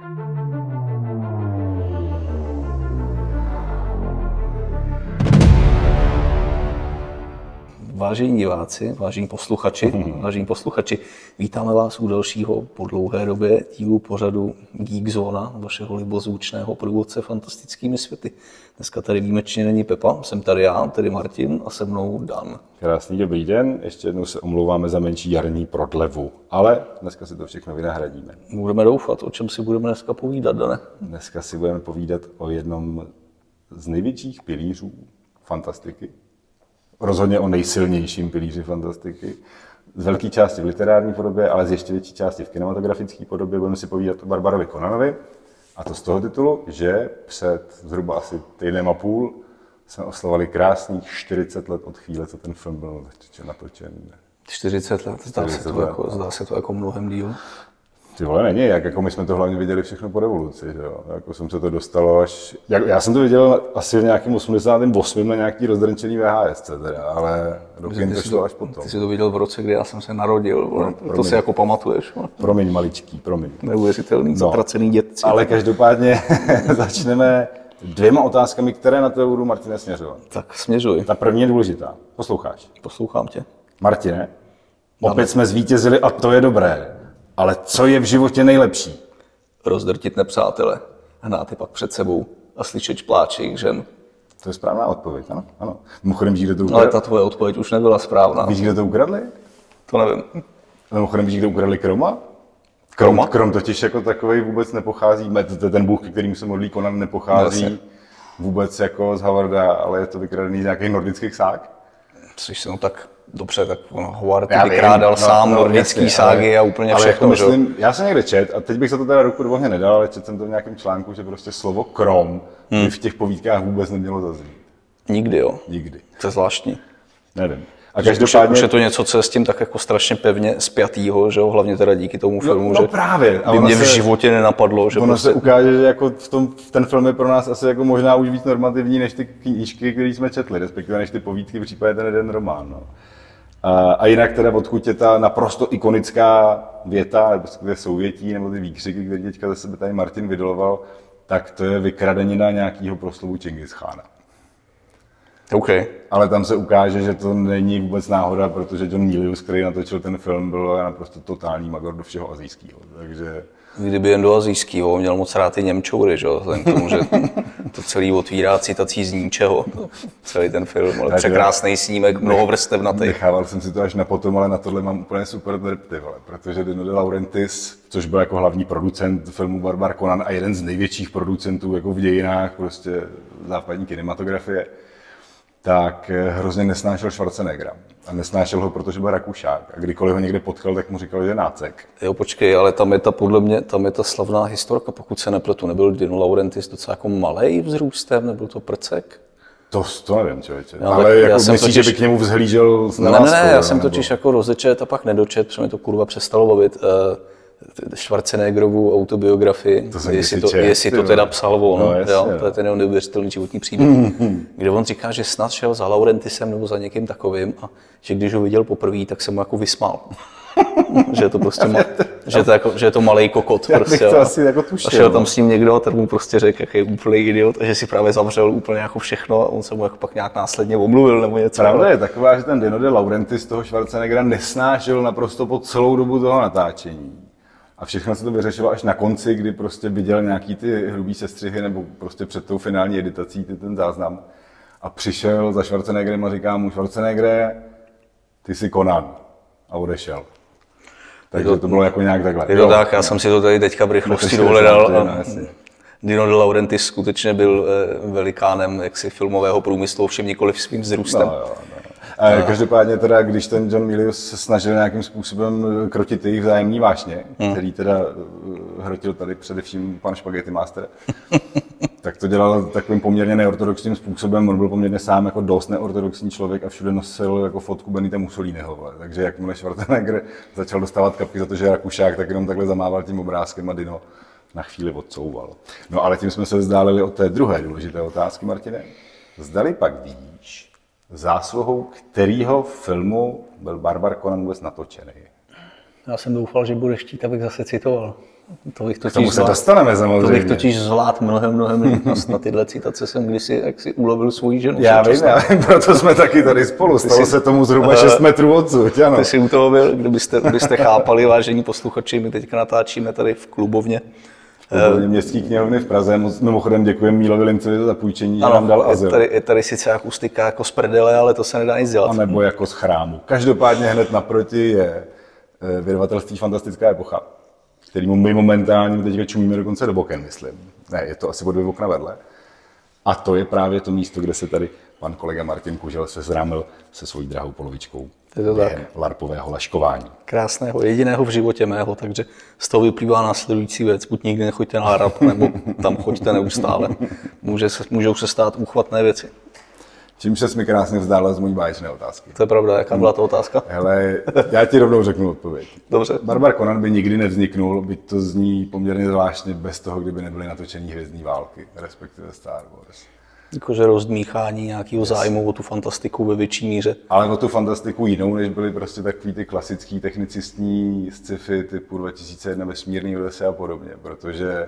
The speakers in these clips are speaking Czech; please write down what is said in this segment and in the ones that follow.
Vážení diváci, vážení posluchači, vítáme vás u dalšího po dlouhé době dílu pořadu Geek Zóna, vašeho libozvučného průvodce fantastickými světy. Dneska tady výjimečně není Pepa, jsem tady já, tedy Martin a se mnou Dan. Krásný dobrý den, ještě jednou se omlouváme za menší jarní prodlevu, ale dneska si to všechno vynahradíme. Budeme doufat, o čem si budeme dneska povídat, Dane? Dneska si budeme povídat o jednom z největších pilířů fantastiky. Rozhodně o nejsilnějším pilíři fantastiky. Z velké části v literární podobě, ale z ještě větší části v kinematografické podobě budeme si povídat o Barbarovi Conanovi. A to z toho titulu, že před zhruba asi týdnem a půl jsme oslavovali krásných 40 let od chvíle, co ten film byl natočen. 40 let, zdá se to jako mnohem díl. Ty vole, není, jako my jsme to hlavně viděli všechno po revoluci, že jo? Jako jsem se to dostalo až, já jsem to viděl asi v nějakém 88. na nějaký rozdrnčený VHS, teda, ale roky to šlo až potom. Ty jsi to viděl v roce, kdy já jsem se narodil, to si jako pamatuješ. Promiň, maličký, promiň. Neuvěřitelný, zatracený dětci. Ale každopádně začneme dvěma otázkami, které na to budu, Martine, směřovat. Tak směřuj. Ta první je důležitá. Posloucháš? Poslouchám tě. Martine, opět jsme zvítězili a to je dobré. Ale co je v životě nejlepší? Rozdrtit nepřátele, hnát je pak před sebou a slyšet pláč jejich žen. To je správná odpověď, ano? Ano. Mimochodem, víš, kde to ukradli? Ale ta tvoje odpověď už nebyla správná. Víš, kde to ukradli? To nevím. Mimochodem, víš, kde ukradli Kroma? Krom totiž jako takovej vůbec nepochází, ten bůh, kterým se modlí Conan, nepochází vůbec jako z Howarda, ale je to vykradený z nějakých nordických ság. Což jsem tak dobře, tak Howard vykrádal sám nordický ságy a úplně ale všechno. Jako myslím, já jsem někde čet, a teď bych se to teda ruku do ohně nedal, ale čet jsem to v nějakém článku, že prostě slovo krom by v těch povídkách vůbec nemělo zaznít. Nikdy, jo? Nikdy. To je zvláštní. Nevím. A každopádně... Už je to něco, co je s tím tak jako strašně pevně spjatýho, že jo? Hlavně teda díky tomu filmu, že právě. by mě v životě nenapadlo, že ono prostě... se ukáže, že jako ten film je pro nás asi jako možná už víc normativní než ty knížky, které jsme četli, respektive než ty povídky, v případě ten jeden román. No. A jinak teda odkud je ta naprosto ikonická věta, respektive souvětí, nebo ty výkřiky, které teďka ze sebe tady Martin vydoloval, tak to je vykradenina nějakého proslovu Čingischána. Okay. Ale tam se ukáže, že to není vůbec náhoda, protože John Milius, který natočil ten film, byl naprosto totální magor do všeho asijského. Takže... Kdyby jen do asijského, měl moc rád ty němčoury, že jo? Vzhledem k tomu, že to celý otvírá citací z ničeho, celý ten film, ale překrásný snímek, mnoho vrstevnatý. Nechával jsem si to až na potom, ale na tohle mám úplně super drpty, protože Dino De Laurentiis, což byl jako hlavní producent filmu Barbar Conan a jeden z největších producentů jako v dějinách prostě západní kinematografie, tak hrozně nesnášel Schwarzeneggera. A nesnášel ho, protože byl Rakušák. A kdykoliv ho někde potkal, tak mu říkal, že je nácek. Jo, počkej, ale tam je podle mě, tam je ta slavná historka, pokud se nepletu. Nebyl Dino Laurentiis docela jako malej vzrůstem, nebyl to prcek? To nevím, člověče. Ale jako myslíš, že by k němu vzhlížel s neláskou? Ne, já jsem totiž jako rozečet a pak nedočet, protože mě to kurva přestalo bavit. Schwarzeneggerovu autobiografii, jestli to teda psal on, no, jasně, jo, to je ten neuvěřitelný životní příběh, kde on říká, že snad šel za Laurentisem nebo za někým takovým a že když ho viděl poprvé, tak se mu jako vysmál. Že je to prostě že je to malej kokot. Prostě, to asi jako tušil. A šel tam s ním někdo a ten mu prostě řekl, jaký je úplný idiot a že si právě zavřel úplně jako všechno a on se mu jako pak nějak následně omluvil nebo něco. Pravda je taková, že ten Dino De Laurentiis toho Schwarzeneggera nesnášel naprosto po celou dobu toho natáčení. A všechno se to vyřešilo až na konci, kdy prostě viděl nějaký ty hrubý sestřihy nebo prostě před tou finální editací ten záznam. A přišel za Schwarzeneggerem a říká mu, Schwarzeneggere, ty jsi Conan. A odešel. Takže to bylo jako nějak takhle. Je to tak, já jsem si to tady teďka v rychlosti dohledal. Dino De Laurentiis skutečně byl velikánem jaksi filmového průmyslu, ovšem nikoliv svým vzrůstem. No. Každopádně teda, když ten John Milius se snažil nějakým způsobem krotit jejich vzájemný vášně, který teda hrotil tady především pan Spaghetti Master, tak to dělal takovým poměrně neortodoxním způsobem. On byl poměrně sám jako dost neortodoxní člověk a všude nosil jako fotku Benita Mussoliniho. Takže jakmile Schwarzenegger začal dostávat kapky za to, že je Rakušák, tak jenom takhle zamával tím obrázkem a Dino na chvíli odsouval. No ale tím jsme se vzdálili od té druhé důležité otázky, Martine. Zdali pak víš, zásluhou kterého filmu byl Barbar Conan vůbec natočený? Já jsem doufal, že budeš chtít, abych zase citoval. K tomu se dostaneme samozřejmě. To bych totiž zvlád mnohem líp na tyhle citace jsem kdysi jaksi ulovil svoji ženu. Já vím, proto jsme taky tady spolu. Stalo se tomu zhruba 6 metrů odsud, ano. Ty jsi u toho byl, kdybyste chápali, vážení posluchači, my teďka natáčíme tady v klubovně. Městské knihovny v Praze. Mimochodem děkujeme Mílovi Lincovi za půjčení, že nám dal azyl. Je tady sice akustika jako z prdele, ale to se nedá nic dělat. A nebo jako z chrámu. Každopádně hned naproti je vydavatelství Fantastická epocha, kterýmu my momentálně teďka čumíme dokonce do boken, myslím. Ne, je to asi o 2 okna vedle. A to je právě to místo, kde se tady pan kolega Martin Kužel sezrámil se svojí drahou polovičkou během larpového laškování. Krásného, jediného v životě mého, takže z toho vyplývá následující věc. Buď nikdy nechoďte na larp, nebo tam choďte neustále. Můžou se stát úchvatné věci. Čím ses mi krásně vzdálil z mojí báječné otázky. To je pravda, jaká byla ta otázka? Hele, já ti rovnou řeknu odpověď. Dobře. Barbar Conan by nikdy nevzniknul, byť to zní poměrně zvláštně bez toho, kdyby nebyly natočený Hvězdní války, respektive Star Wars. Jakože rozdmíchání nějakého zájmu o tu fantastiku ve větší míře. Ale o tu fantastiku jinou, než byly prostě takový ty klasický technicistní sci-fi typu 2001 Vesmírný Odyssey a podobně, protože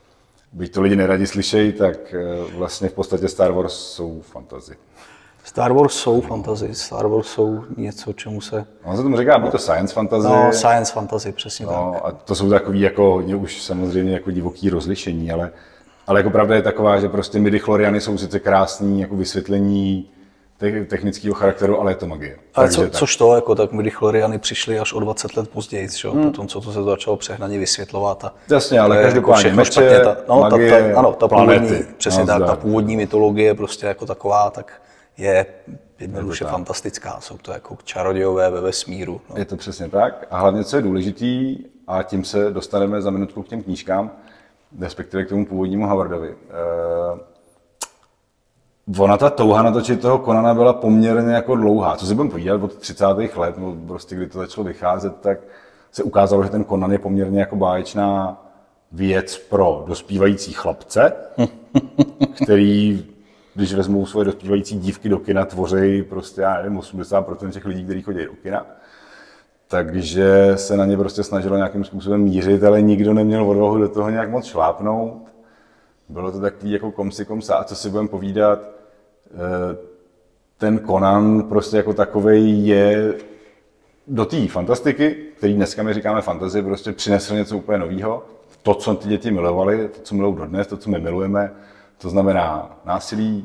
byť to lidi neradi slyšejí, tak vlastně v podstatě Star Wars jsou fantasy. Star Wars jsou fantasy, Star Wars jsou něco, čemu se... On se tomu říká, by to science fantasy. No, science fantasy, přesně tak. A to jsou takový jako hodně už samozřejmě jako divoký rozlišení, ale jako pravda je taková, že prostě midichloriany jsou sice krásný jako vysvětlení technického charakteru, ale je to magie. Ale což to, jako tak midichloriany přišly až o 20 let později, potom co to se začalo přehnaně vysvětlovat. Jasně, ale každopádně jako meče, magie, planety. Přesně tak, ta původní mytologie prostě jako taková, tak je jednoduše fantastická. Jsou to jako čarodějové ve vesmíru. No. Je to přesně tak. A hlavně, co je důležitý, a tím se dostaneme za minutku k těm knížkám, respektive k tomu původnímu Howardovi. Ona ta touha natočit toho Conana byla poměrně jako dlouhá. Co si budeme povídat od 30. let, no prostě kdy to začalo vycházet, tak se ukázalo, že ten Conan je poměrně jako báječná věc pro dospívající chlapce, který, když vezmou svoje dospívající dívky do kina, tvoří prostě, já nevím, 80% těch lidí, kteří chodí do kina. Takže se na ně prostě snažilo nějakým způsobem mířit, ale nikdo neměl odvahu do toho nějak moc šlápnout. Bylo to takový jako komsi komsa. A co si budeme povídat, ten Conan prostě jako takovej je do té fantastiky, který dneska my říkáme fantasy, prostě přinesl něco úplně nového. To, co ty děti milovali, to, co milují dodnes, to, co my milujeme, to znamená násilí,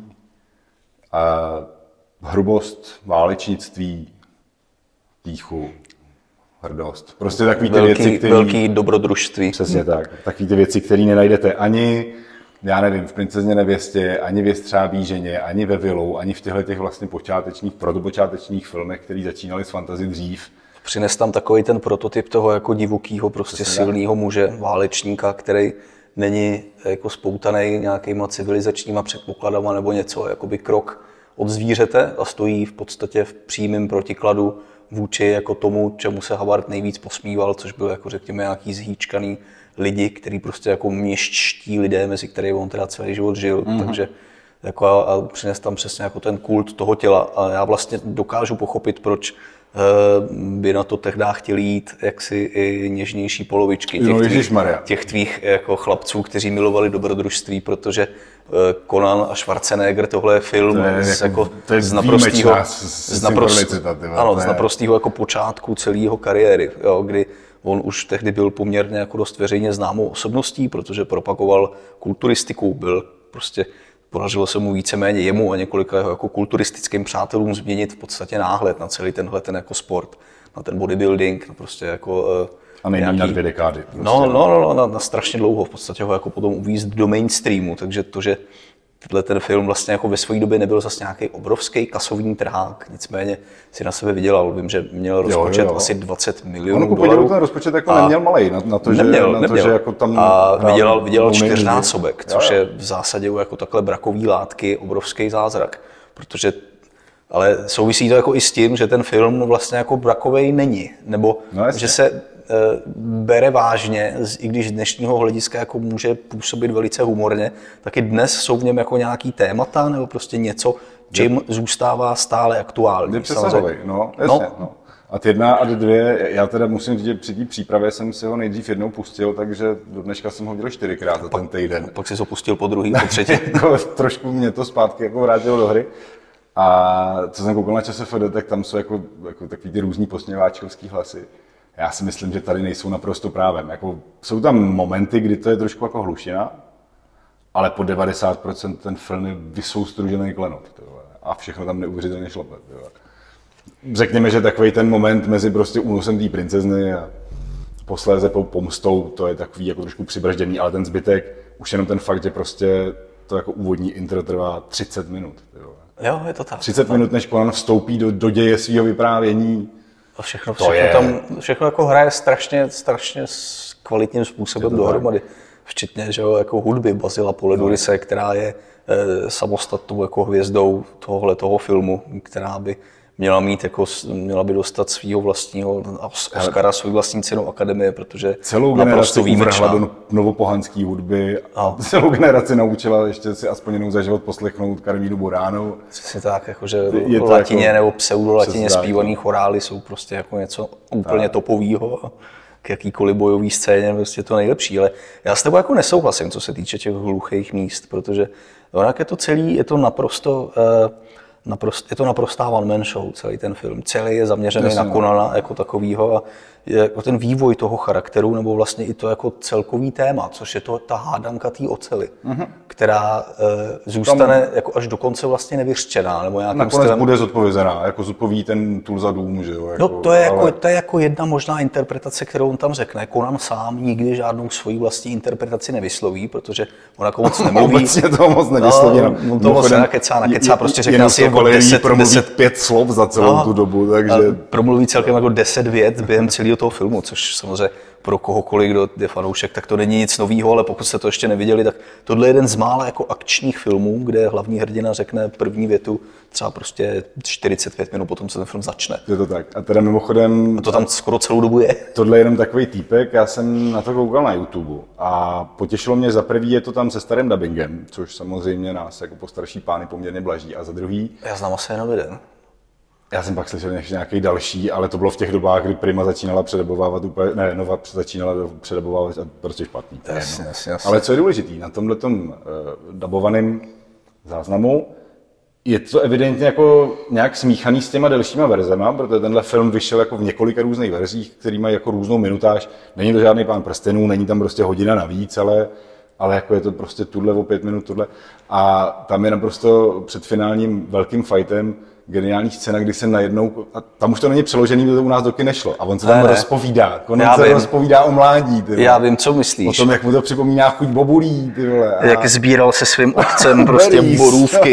hrubost, válečnictví, pýchu, hrdost. Prostě takový ty věci, které... Velký dobrodružství. Přesně tak. Takový ty věci, které nenajdete ani, já nevím, v Princezně nevěstě, ani v Jestřábí ženě, ani ve Willow, ani v těchto vlastně protopočátečních filmech, které začínaly s fantasy dřív. Přines tam takový ten prototyp toho jako divokýho, prostě silného muže, válečníka, který není jako spoutaný nějakýma civilizačníma předpokladama nebo něco, jakoby krok od zvířete a stojí v podstatě v přímém protikladu vůči jako tomu, čemu se Howard nejvíc posmíval, což byl jako řekněme nějaký zhýčkaný lidi, který prostě jako měšťští lidé, mezi kterými on teda celý život žil, takže jako a přines tam přesně jako ten kult toho těla a já vlastně dokážu pochopit, proč by na to tehdy chtěli jít jaksi i něžnější polovičky těch tvých jako chlapců, kteří milovali dobrodružství, protože Conan a Schwarzenegger, tohle je film z naprostého jako počátku celé jeho kariéry, jo, kdy on už tehdy byl poměrně jako dost veřejně známou osobností, protože propagoval kulturistiku, byl prostě podařilo se mu víceméně jemu a několika jeho jako kulturistickým přátelům změnit v podstatě náhled na celý tenhle ten jako sport, na ten bodybuilding, na prostě jako a nejméně na 2 dekády. Prostě. Na strašně dlouho v podstatě ho jako potom uvízt do mainstreamu, takže to, že ten film vlastně jako ve své době nebyl zase nějaký obrovský kasovní trhák, nicméně si na sebe vydělal. Vím, že měl rozpočet asi 20 milionů dolarů. Ten rozpočet jako neměl malej na to, že jako tam... A vydělal 4násobek, což je v zásadě jako takhle brakový látky obrovský zázrak, protože ale souvisí to jako i s tím, že ten film vlastně jako brakovej není, nebo že se bere vážně, i když z dnešního hlediska jako může působit velice humorně, tak i dnes jsou v něm jako nějaký témata nebo prostě něco, čím zůstává stále aktuální. Je přesahovej, jasně. A ty 1 a 2, já teda musím říct, že při té přípravě jsem si ho nejdřív jednou pustil, takže do dneška jsem ho viděl 4krát za ten týden. Pak jsi ho pustil po druhý, po třetí. Trošku mě to zpátky jako vrátilo do hry. A co jsem koukal na ČSFD, tak tam jsou jako takový ty různý posměváčkovský hlasy. Já si myslím, že tady nejsou naprosto právem. Jako, jsou tam momenty, kdy to je trošku jako hlušina, ale po 90% ten film je vysoustružený klenot. A všechno tam neuvěřitelně šlape. Řekněme, že takový ten moment mezi prostě únosem té princezny a posléze pomstou, to je takový jako trošku přibržděný, ale ten zbytek, už jenom ten fakt, že prostě to jako úvodní intro trvá 30 minut. Jo, je to tak. 30 minut, než Conan vstoupí do děje svého vyprávění. A všechno všechno jako hraje strašně kvalitním způsobem dohromady. Včetně, že jo, jako hudby Basila Polidorise, která je samostatnou jako hvězdou tohoto filmu, která by měla by dostat svého vlastního Oscara, svou vlastní cenu Akademie, protože celou generaci uvrhla do novopohanské hudby a celou generaci naučila ještě si aspoň jenom za život poslechnout Carmínu Buránu. Přesně tak, jakože latině jako, nebo pseudolatině zpívaný chorály jsou prostě jako něco úplně topovýho a k jakýkoliv bojový scéně prostě to nejlepší, ale já s tebou jako nesouhlasím, co se týče těch hluchých míst, protože je to celý, je to naprostá one-man show, celý ten film. Celý je zaměřený na Conana jako takovýho a jako ten vývoj toho charakteru, nebo vlastně i to jako celkový téma, což je to ta hádanka té oceli, která zůstane jako až do konce vlastně nevyřčená, nebo nějakým nakonec stylem bude zodpovězená, jako zodpoví ten Tul za dům, že jo? Jako, no to je jako jedna možná interpretace, kterou on tam řekne. Conan sám nikdy žádnou svoji vlastní interpretaci nevysloví, protože on jako moc nemluví. Obecně toho moc nevysloví. On to moc nakecá, prostě řekne asi jako 10 5 slov za celou tu dobu, takže promluví celkem jako 10 vět během celého toho filmu, což samozřejmě pro kohokoliv, kdo je fanoušek, tak to není nic novýho, ale pokud jste to ještě neviděli, tak tohle je jeden z mála jako akčních filmů, kde hlavní hrdina řekne první větu třeba prostě 45 minut potom, co ten film začne. Je to tak. A teda mimochodem... A to tam skoro celou dobu je. Tohle je jenom takový týpek, já jsem na to koukal na YouTube a potěšilo mě za prvý, je to tam se starým dubbingem, což samozřejmě nás jako postarší pány poměrně blaží, a za druhý... Já znám asi jenom jeden. Já jsem pak slyšel nějaký další, ale to bylo v těch dobách, kdy Prima začínala předebovávat úplně, ne, Nova začínala předebovávat a prostě špatný. Jasně. Ale co je důležitý, na tomhletom dabovaném záznamu je to evidentně jako nějak smíchaný s těma delšíma verzema, protože tenhle film vyšel jako v několika různých verzích, který mají jako různou minutáž. Není to žádný Pán prstenů, není tam prostě hodina navíc, ale jako je to prostě tuhle o 5 minut, tuhle. A tam je naprosto před finálním velkým fightem geniální scéna, kdy se najednou, a tam už to není přeložený, protože to u nás doky nešlo, a on se tam rozpovídá, konec se rozpovídá o mládí. Já vím, co myslíš. O tom, jak mu to připomíná chuť bobulí, ty vole. Jak sbíral se svým otcem prostě borůvky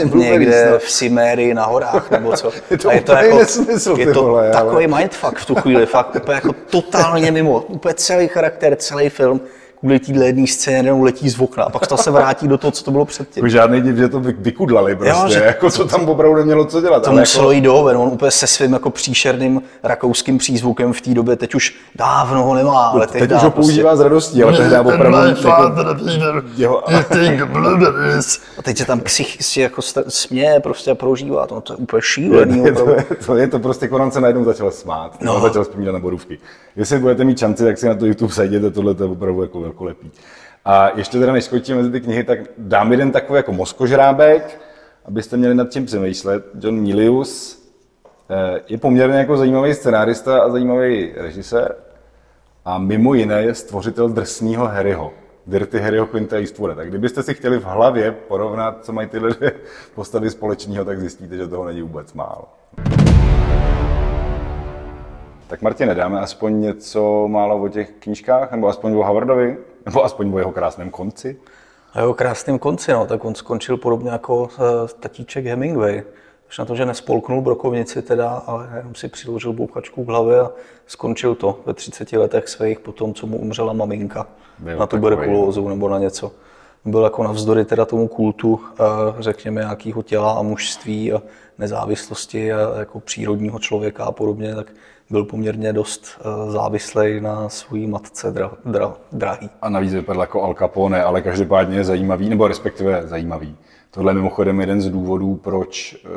někde v Cimérii na horách, nebo co. Je to úplně nesmysl, ty vole. Je to takový mindfuck v tu chvíli, fakt úplně jako totálně mimo, úplně celý charakter, celý film. Kvůli téhle jedné scéně jenom letí z okna a pak to se vrátí do toho, co to bylo předtím. Jako žádný div, že to vykudlali prostě, jo, jako co tam opravdu nemělo co dělat. To muselo jít do ven, on úplně se svým jako příšerným rakouským přízvukem v té době, teď už dávno ho nemá, ale teď už ho používá s radostí, ale tehdy opravdu a teď se tam ksich jako směje prostě a prožívá, to je úplně šílený. To prostě Conan se najednou začal smát, začal vzpomínat na borůvky. Jestli budete mít šanci, tak si na to YouTube sajděte, tohle je opravdu jako velkolepý. A ještě teda než skočíme mezi ty knihy, tak dám jeden takový jako mozkožrábek, abyste měli nad čím přemýšlet. John Milius je poměrně jako zajímavý scenárista a zajímavý režisér. A mimo jiné je stvořitel drsného Harryho, Dirty Harryho Clint'a Eastwooda. Tak kdybyste si chtěli v hlavě porovnat, co mají tyhle dvě postavy společného, tak zjistíte, že toho není vůbec málo. Tak Martine, dáme aspoň něco málo o těch knížkách, nebo aspoň o Howardovi, nebo aspoň o jeho krásném konci? O jeho krásném konci, no, tak on skončil podobně jako tatíček Hemingway. Už na to, že nespolknul brokovnici teda, ale jenom si přiložil bouchačku k hlavě a skončil to ve 30 letech svých po tom, co mu umřela maminka na tuberkulózu nebo na něco. Byl jako navzdory teda tomu kultu, řekněme, nějakého těla a mužství a nezávislosti a jako přírodního člověka a podobně, tak byl poměrně dost závislý na své matce drahý. A navíc vypadl jako Al Capone, ale každopádně je zajímavý, nebo respektive zajímavý. Tohle je mimochodem jeden z důvodů, proč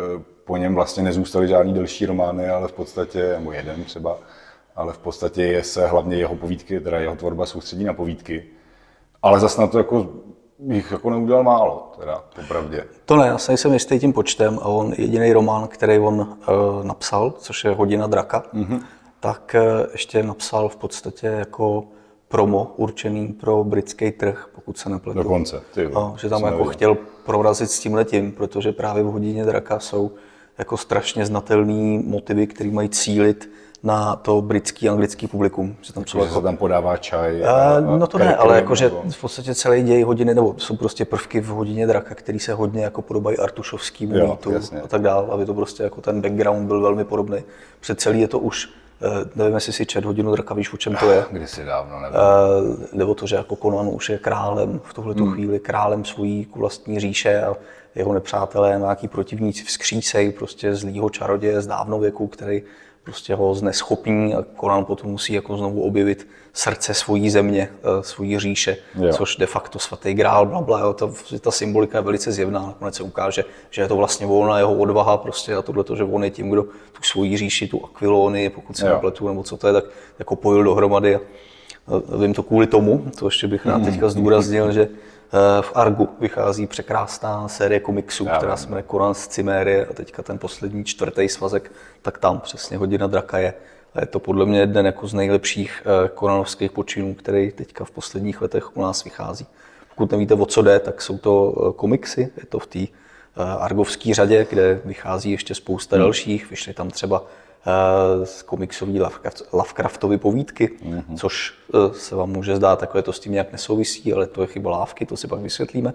po něm vlastně nezůstaly žádný delší romány, ale v podstatě, nebo jeden třeba, ale v podstatě se hlavně jeho povídky, teda jeho tvorba soustředí na povídky. Ale zase na to jako jich jako neudělal málo, teda popravdě. To ne, já si nejsem jistý tím počtem a on jediný román, který on napsal, což je Hodina draka, tak ještě napsal v podstatě jako promo určený pro britský trh, pokud se nepletu. Dokonce, že tam jako chtěl prorazit s tímhletím, protože právě v Hodině draka jsou jako strašně znatelný motivy, které mají cílit na to britský a anglický publikum. Že tam třeba se tam podává čaj. No to ne, ale jakože v podstatě celý děj Hodiny, nebo jsou prostě prvky v Hodině draka, který se hodně jako podobají artušovskýmu mýtu a tak dále, aby to prostě jako ten background byl velmi podobný. Před celý je to už, nevím, jestli si čet Hodinu draka, víš, o čem to je. Kdysi dávno, nevím. Nebo to, že jako Conan už je králem v tuhletu chvíli, králem svojí vlastní říše a jeho nepřátelé, nějaký protivníci vzkřísej prostě zlýho čaroděje z dávnověku, který prostě ho zneschopní a Conan potom musí jako znovu objevit srdce svojí země, svojí říše, což de facto svatý grál, blabla, ta symbolika je velice zjevná, nakonec se ukáže, že je to vlastně volná jeho odvaha prostě a tohleto, že on je tím, kdo tu svoji říši, tu Aquilonii, pokud se nepletu, nebo co to je, tak jako pojil dohromady a vím to kvůli tomu, to ještě bych rád teďka zdůraznil, že v Argu vychází překrásná série komiksů, která se jmenuje Conan z Cimérie a teďka ten poslední 4. svazek, tak tam přesně Hodina draka je. A je to podle mě jeden jako z nejlepších conanovských počinů, který teďka v posledních letech u nás vychází. Pokud nevíte, o co jde, tak jsou to komiksy, je to v té argovské řadě, kde vychází ještě spousta dalších, vyšly tam třeba komiksové Lovecraftovy povídky, což se vám může zdát, takové to s tím nějak nesouvisí, ale to je chyba Lávky, to si pak vysvětlíme.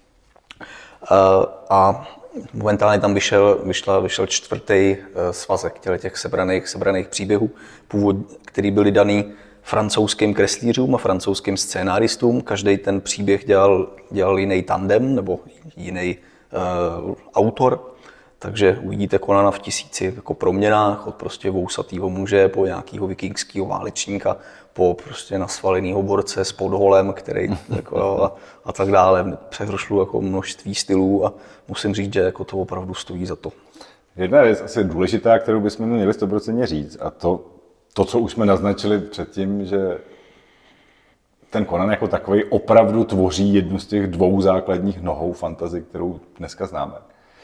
A momentálně tam vyšel 4. svazek těch sebraných příběhů, který byly daný francouzským kreslířům a francouzským scénáristům. Každý ten příběh dělal jiný tandem nebo jiný autor. Takže uvidíte Conana v 1000 jako proměnách, od prostě vousatýho muže po nějakého vikingského válečníka, po prostě nasvalenýho borce s podholem, který jako, a tak dále. Přehrošlu jako množství stylů a musím říct, že jako to opravdu stojí za to. Jedna věc asi důležitá, kterou bychom měli 100% říct, a to, co už jsme naznačili předtím, že ten Conan jako takový opravdu tvoří jednu z těch 2 základních nohou fantasy, kterou dneska známe.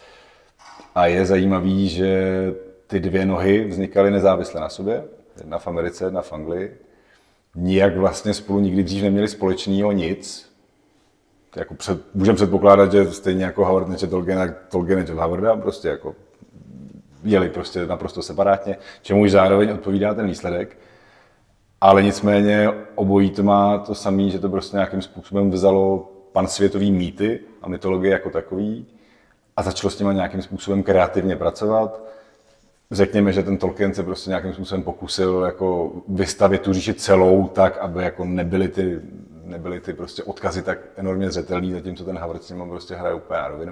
A je zajímavý, že ty 2 nohy vznikaly nezávisle na sobě, jedna v Americe, jedna v Anglii. Nijak vlastně spolu nikdy dřív neměli společného nic. Jako můžeme předpokládat, že stejně jako Howard nečet Tolkien nečet Howarda, prostě jako jeli prostě naprosto separátně, čemuž zároveň odpovídá ten výsledek. Ale nicméně obojí to má to samé, že to prostě nějakým způsobem vzalo pansvětový mýty a mytologie jako takový a začalo s těma nějakým způsobem kreativně pracovat. Řekněme, že ten Tolkien se prostě nějakým způsobem pokusil jako vystavit tu říši celou tak, aby jako nebyly ty prostě odkazy tak enormně zřetelný, zatímco ten Howard s ním prostě hraje úplně na rovinu.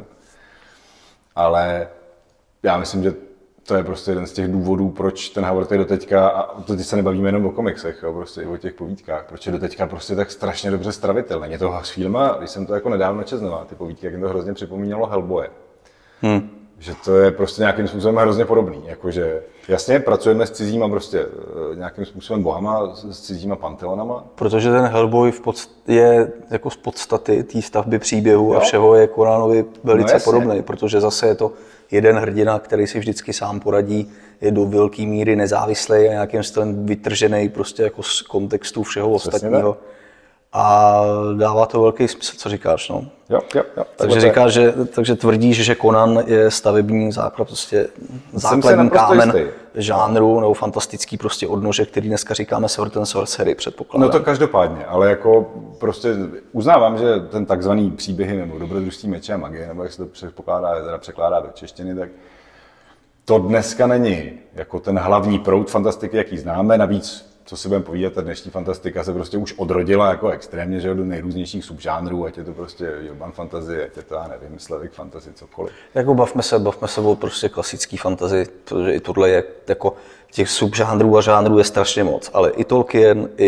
Ale já myslím, že to je prostě jeden z těch důvodů, proč ten Howard je doteďka, a to teď se nebavíme jenom o komiksech, jo, prostě i o těch povídkách, proč je doteďka prostě tak strašně dobře stravitelný. Je to s filma, když jsem to jako nedávno četl znova, ty povídky, jak jim to hrozně připomínalo Hellboye. Že to je prostě nějakým způsobem hrozně podobný, jakože jasně pracujeme s cizíma prostě nějakým způsobem bohama, s cizíma panteonama. Protože ten Hellboy je jako z podstaty té stavby příběhu a všeho je Conanovi velice podobný, protože zase je to jeden hrdina, který si vždycky sám poradí, je do velké míry nezávislý a nějakým stylem vytržený prostě jako z kontextu všeho ostatního. A dává to velký smysl, co říkáš, no. Jo. Takže říkáš, takže tvrdíš, že Conan je stavební základ, prostě základní kámen žánru nebo fantastický prostě odnože, který dneska říkáme Sword and Sorcery, předpokládám. No to každopádně, ale jako prostě uznávám, že ten takzvaný příběhy nebo dobrodružství meče a magie, nebo jak se to překládá do češtiny, tak to dneska není jako ten hlavní proud fantastiky, jaký známe, navíc co si budeme povídat, ta dnešní fantastika se prostě už odrodila jako extrémně, že do nejrůznějších subžánrů, ať je to prostě urban fantasy, ať je to, já nevím, slavic fantasy, cokoliv. Jako bavme se o prostě klasický fantasy, protože i tohle je jako těch subžánrů a žánrů je strašně moc, ale i Tolkien, i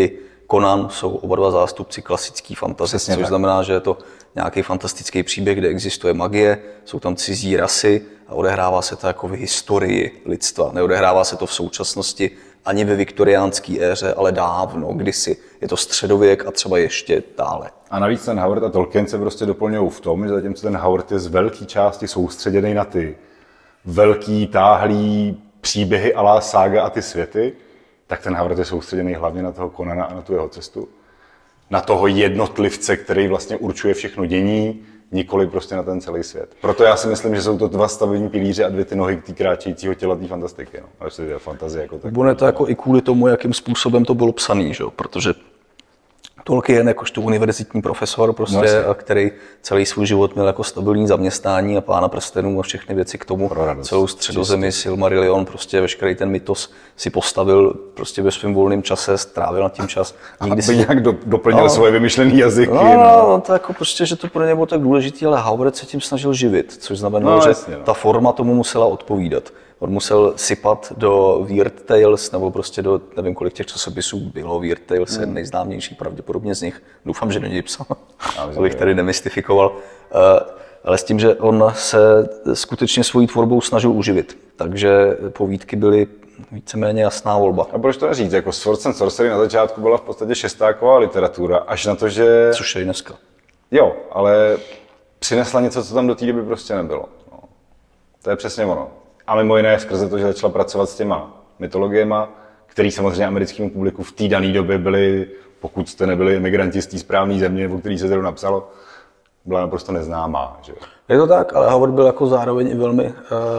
Conan jsou oba dva zástupci klasické fantasy, což znamená, že je to nějaký fantastický příběh, kde existuje magie, jsou tam cizí rasy a odehrává se to jako v historii lidstva. Neodehrává se to v současnosti ani ve viktoriánské éře, ale dávno, kdysi. Je to středověk a třeba ještě dále. A navíc ten Howard a Tolkien se prostě doplňují v tom, že zatímco ten Howard je z velké části soustředěný na ty velký, táhlý příběhy a la sága a ty světy, tak ten Howard je soustředěný hlavně na toho Conana a na tu jeho cestu. Na toho jednotlivce, který vlastně určuje všechno dění, nikoli prostě na ten celý svět. Proto já si myslím, že jsou to dva stavební pilíře a dvě ty nohy k kráčejícího těla té fantastiky. No. A je fantazie jako tak. Bude to jako i kvůli tomu, jakým způsobem to bylo psaný, že? Protože Tolkien jakožto univerzitní profesor, prostě, a který celý svůj život měl jako stabilní zaměstnání a Pána prstenů a všechny věci k tomu, celou Středozemi, Silmarillion, prostě veškerý ten mytos si postavil prostě ve svém volném čase, strávil nad tím čas. Aby si nějak doplnil svoje vymyšlené jazyky. No, to jako prostě, že to pro ně bylo tak důležité, ale Howard se tím snažil živit, což znamenalo, že ta forma tomu musela odpovídat. On musel sypat do Weird Tales, nebo prostě do, nevím kolik těch časopisů bylo, Weird Tales je nejznámější pravděpodobně z nich. Doufám, že není psal, abych tady nemystifikoval. Ale s tím, že on se skutečně svojí tvorbou snažil uživit. Takže povídky byly víceméně jasná volba. A proč to neříct? Jako Swords and Sorcery na začátku byla v podstatě šestáková literatura, až na to, že... Což je i dneska. Jo, ale přinesla něco, co tam do té doby prostě nebylo. No. To je přesně ono. A mimo jiné skrze to, že začala pracovat s těma mytologiema, který samozřejmě americkému publiku v té dané době byly, pokud jste nebyli emigranti z té správné země, o který se zde napsalo, byla naprosto neznámá. Že? Je to tak, ale Howard byl jako zároveň i velmi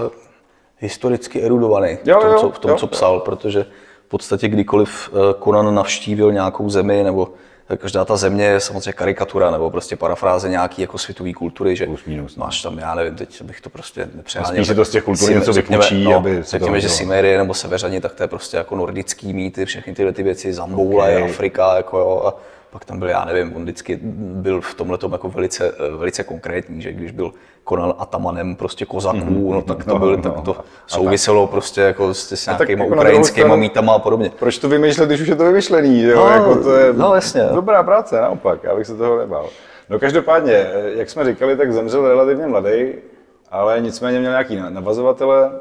historicky erudovaný v tom, co psal, protože v podstatě kdykoliv Conan navštívil nějakou zemi, nebo každá ta země je samozřejmě karikatura nebo prostě parafráze nějaký jako světové kultury, že máš tam, já nevím, teď bych to prostě nepřeháněl. Spíš si to z těch kultur něco vypůjčí, aby se řekněme, že Cimérie nebo Severani, tak to je prostě jako nordický mýty, všechny tyhle ty věci, Zamboula, Afrika, jako jo, a pak tam byl, já nevím, on vždycky byl v tomhletom jako velice konkrétní, že když byl Conan atamanem prostě kozaků, no tak to bylo, tak to souviselo prostě jako s nějakýma jako ukrajinskýma mýtama a podobně. Proč to vymýšlet, když už je to vymyšlený, že jo? Jako to je dobrá práce, naopak, já bych se toho nebál. No každopádně, jak jsme říkali, tak zemřel relativně mladý, ale nicméně měl nějaký navazovatele.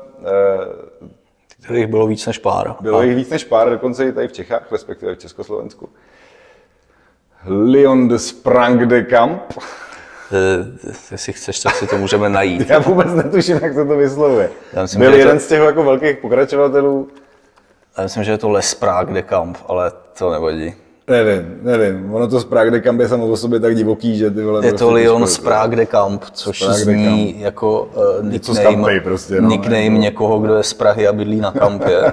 Kterých bylo víc než pár. Bylo jich víc než pár, dokonce i tady v Čechách, respektive v Československu. Leon de Sprang de Camp. Jestli chceš, tak si to můžeme najít. Já vůbec netuším, jak se to vyslovuje. Byl jeden z těch jako velkých pokračovatelů. Já myslím, že je to Les Sprague de Camp, ale to nevadí. Nevím. Ono to Sprague de Camp je samo o sobě tak divoký, že ty vole... Je to Leon Sprague de Camp, což zní jako nickname někoho, kdo je z Prahy a bydlí na kampě.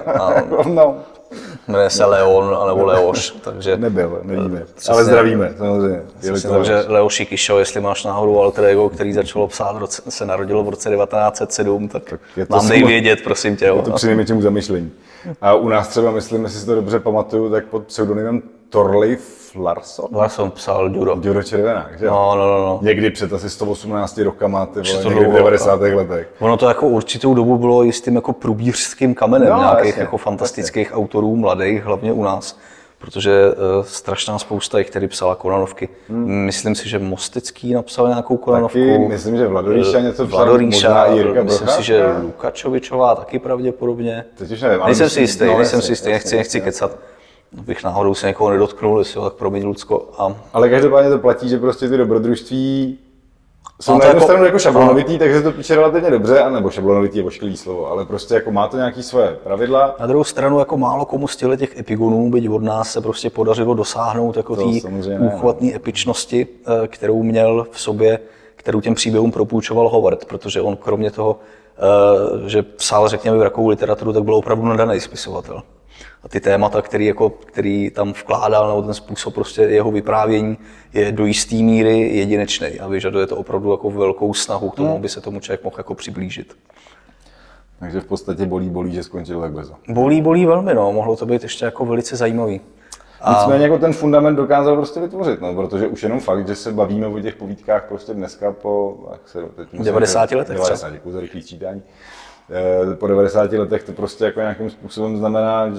Jmenuje se Leon, anebo Leoš, takže... Nevíme, ale zdravíme, samozřejmě. Takže Leoši Kišo, jestli máš náhodou alter ego, který začalo psát, se narodilo v roce 1907, tak nám dej vědět, prosím tě. Je to přinejmenším zamyšlení. A u nás třeba, myslím, jestli si to dobře pamatuju, tak pod pseudonymem Thorleif Larsson. Larsson psal Duro. Duro Červenák, že? No. Někdy před asi 118 rokama, ty vole, někdy v 90. letech. Ono to jako určitou dobu bylo jistým jako průbířským kamenem nějakých jako fantastických autorů, mladých, hlavně u nás. Protože strašná spousta jich, který psala Conanovky. Myslím si, že Mostecký napsal nějakou Conanovku. Taky, myslím, že Vladoríša něco psal, možná i Jirka myslím si, že Lukačovičová taky pravděpodobně. Teď už nevím. Nejsem si jistý, nechci kecat. Bych náhodou se někoho nedotknul, jestli ho tak promiň, Lucko. Ale každopádně to platí, že prostě ty dobrodružství jsou na jednu stranu jako šablonovitý, takže to píše relativně dobře, nebo šablonovitý je ošklivý slovo, ale prostě jako má to nějaké svoje pravidla. Na druhou stranu jako málo komu z těch epigonů, byť od nás se prostě podařilo dosáhnout jako té úchvatné epičnosti, kterou měl v sobě, kterou těm příběhům propůjčoval Howard, protože on kromě toho, že psal, řekněme, rakovou literaturu, tak byl opravdu nadaný spisovatel. A ty témata, který tam vkládal, nebo ten způsob prostě jeho vyprávění, je do jisté míry jedinečný a vyžaduje to opravdu jako velkou snahu k tomu, aby se tomu člověk mohl jako přiblížit. Takže v podstatě bolí, že skončil tak brzo. Bolí velmi, no. Mohlo to být ještě jako velice zajímavý. Nicméně jako ten fundament dokázal prostě vytvořit, no, protože už jenom fakt, že se bavíme o těch povídkách prostě dneska po 90 letech. 90, děkuji za rychlý sčítání. Po 90 letech to prostě jako nějakým způsobem znamená, že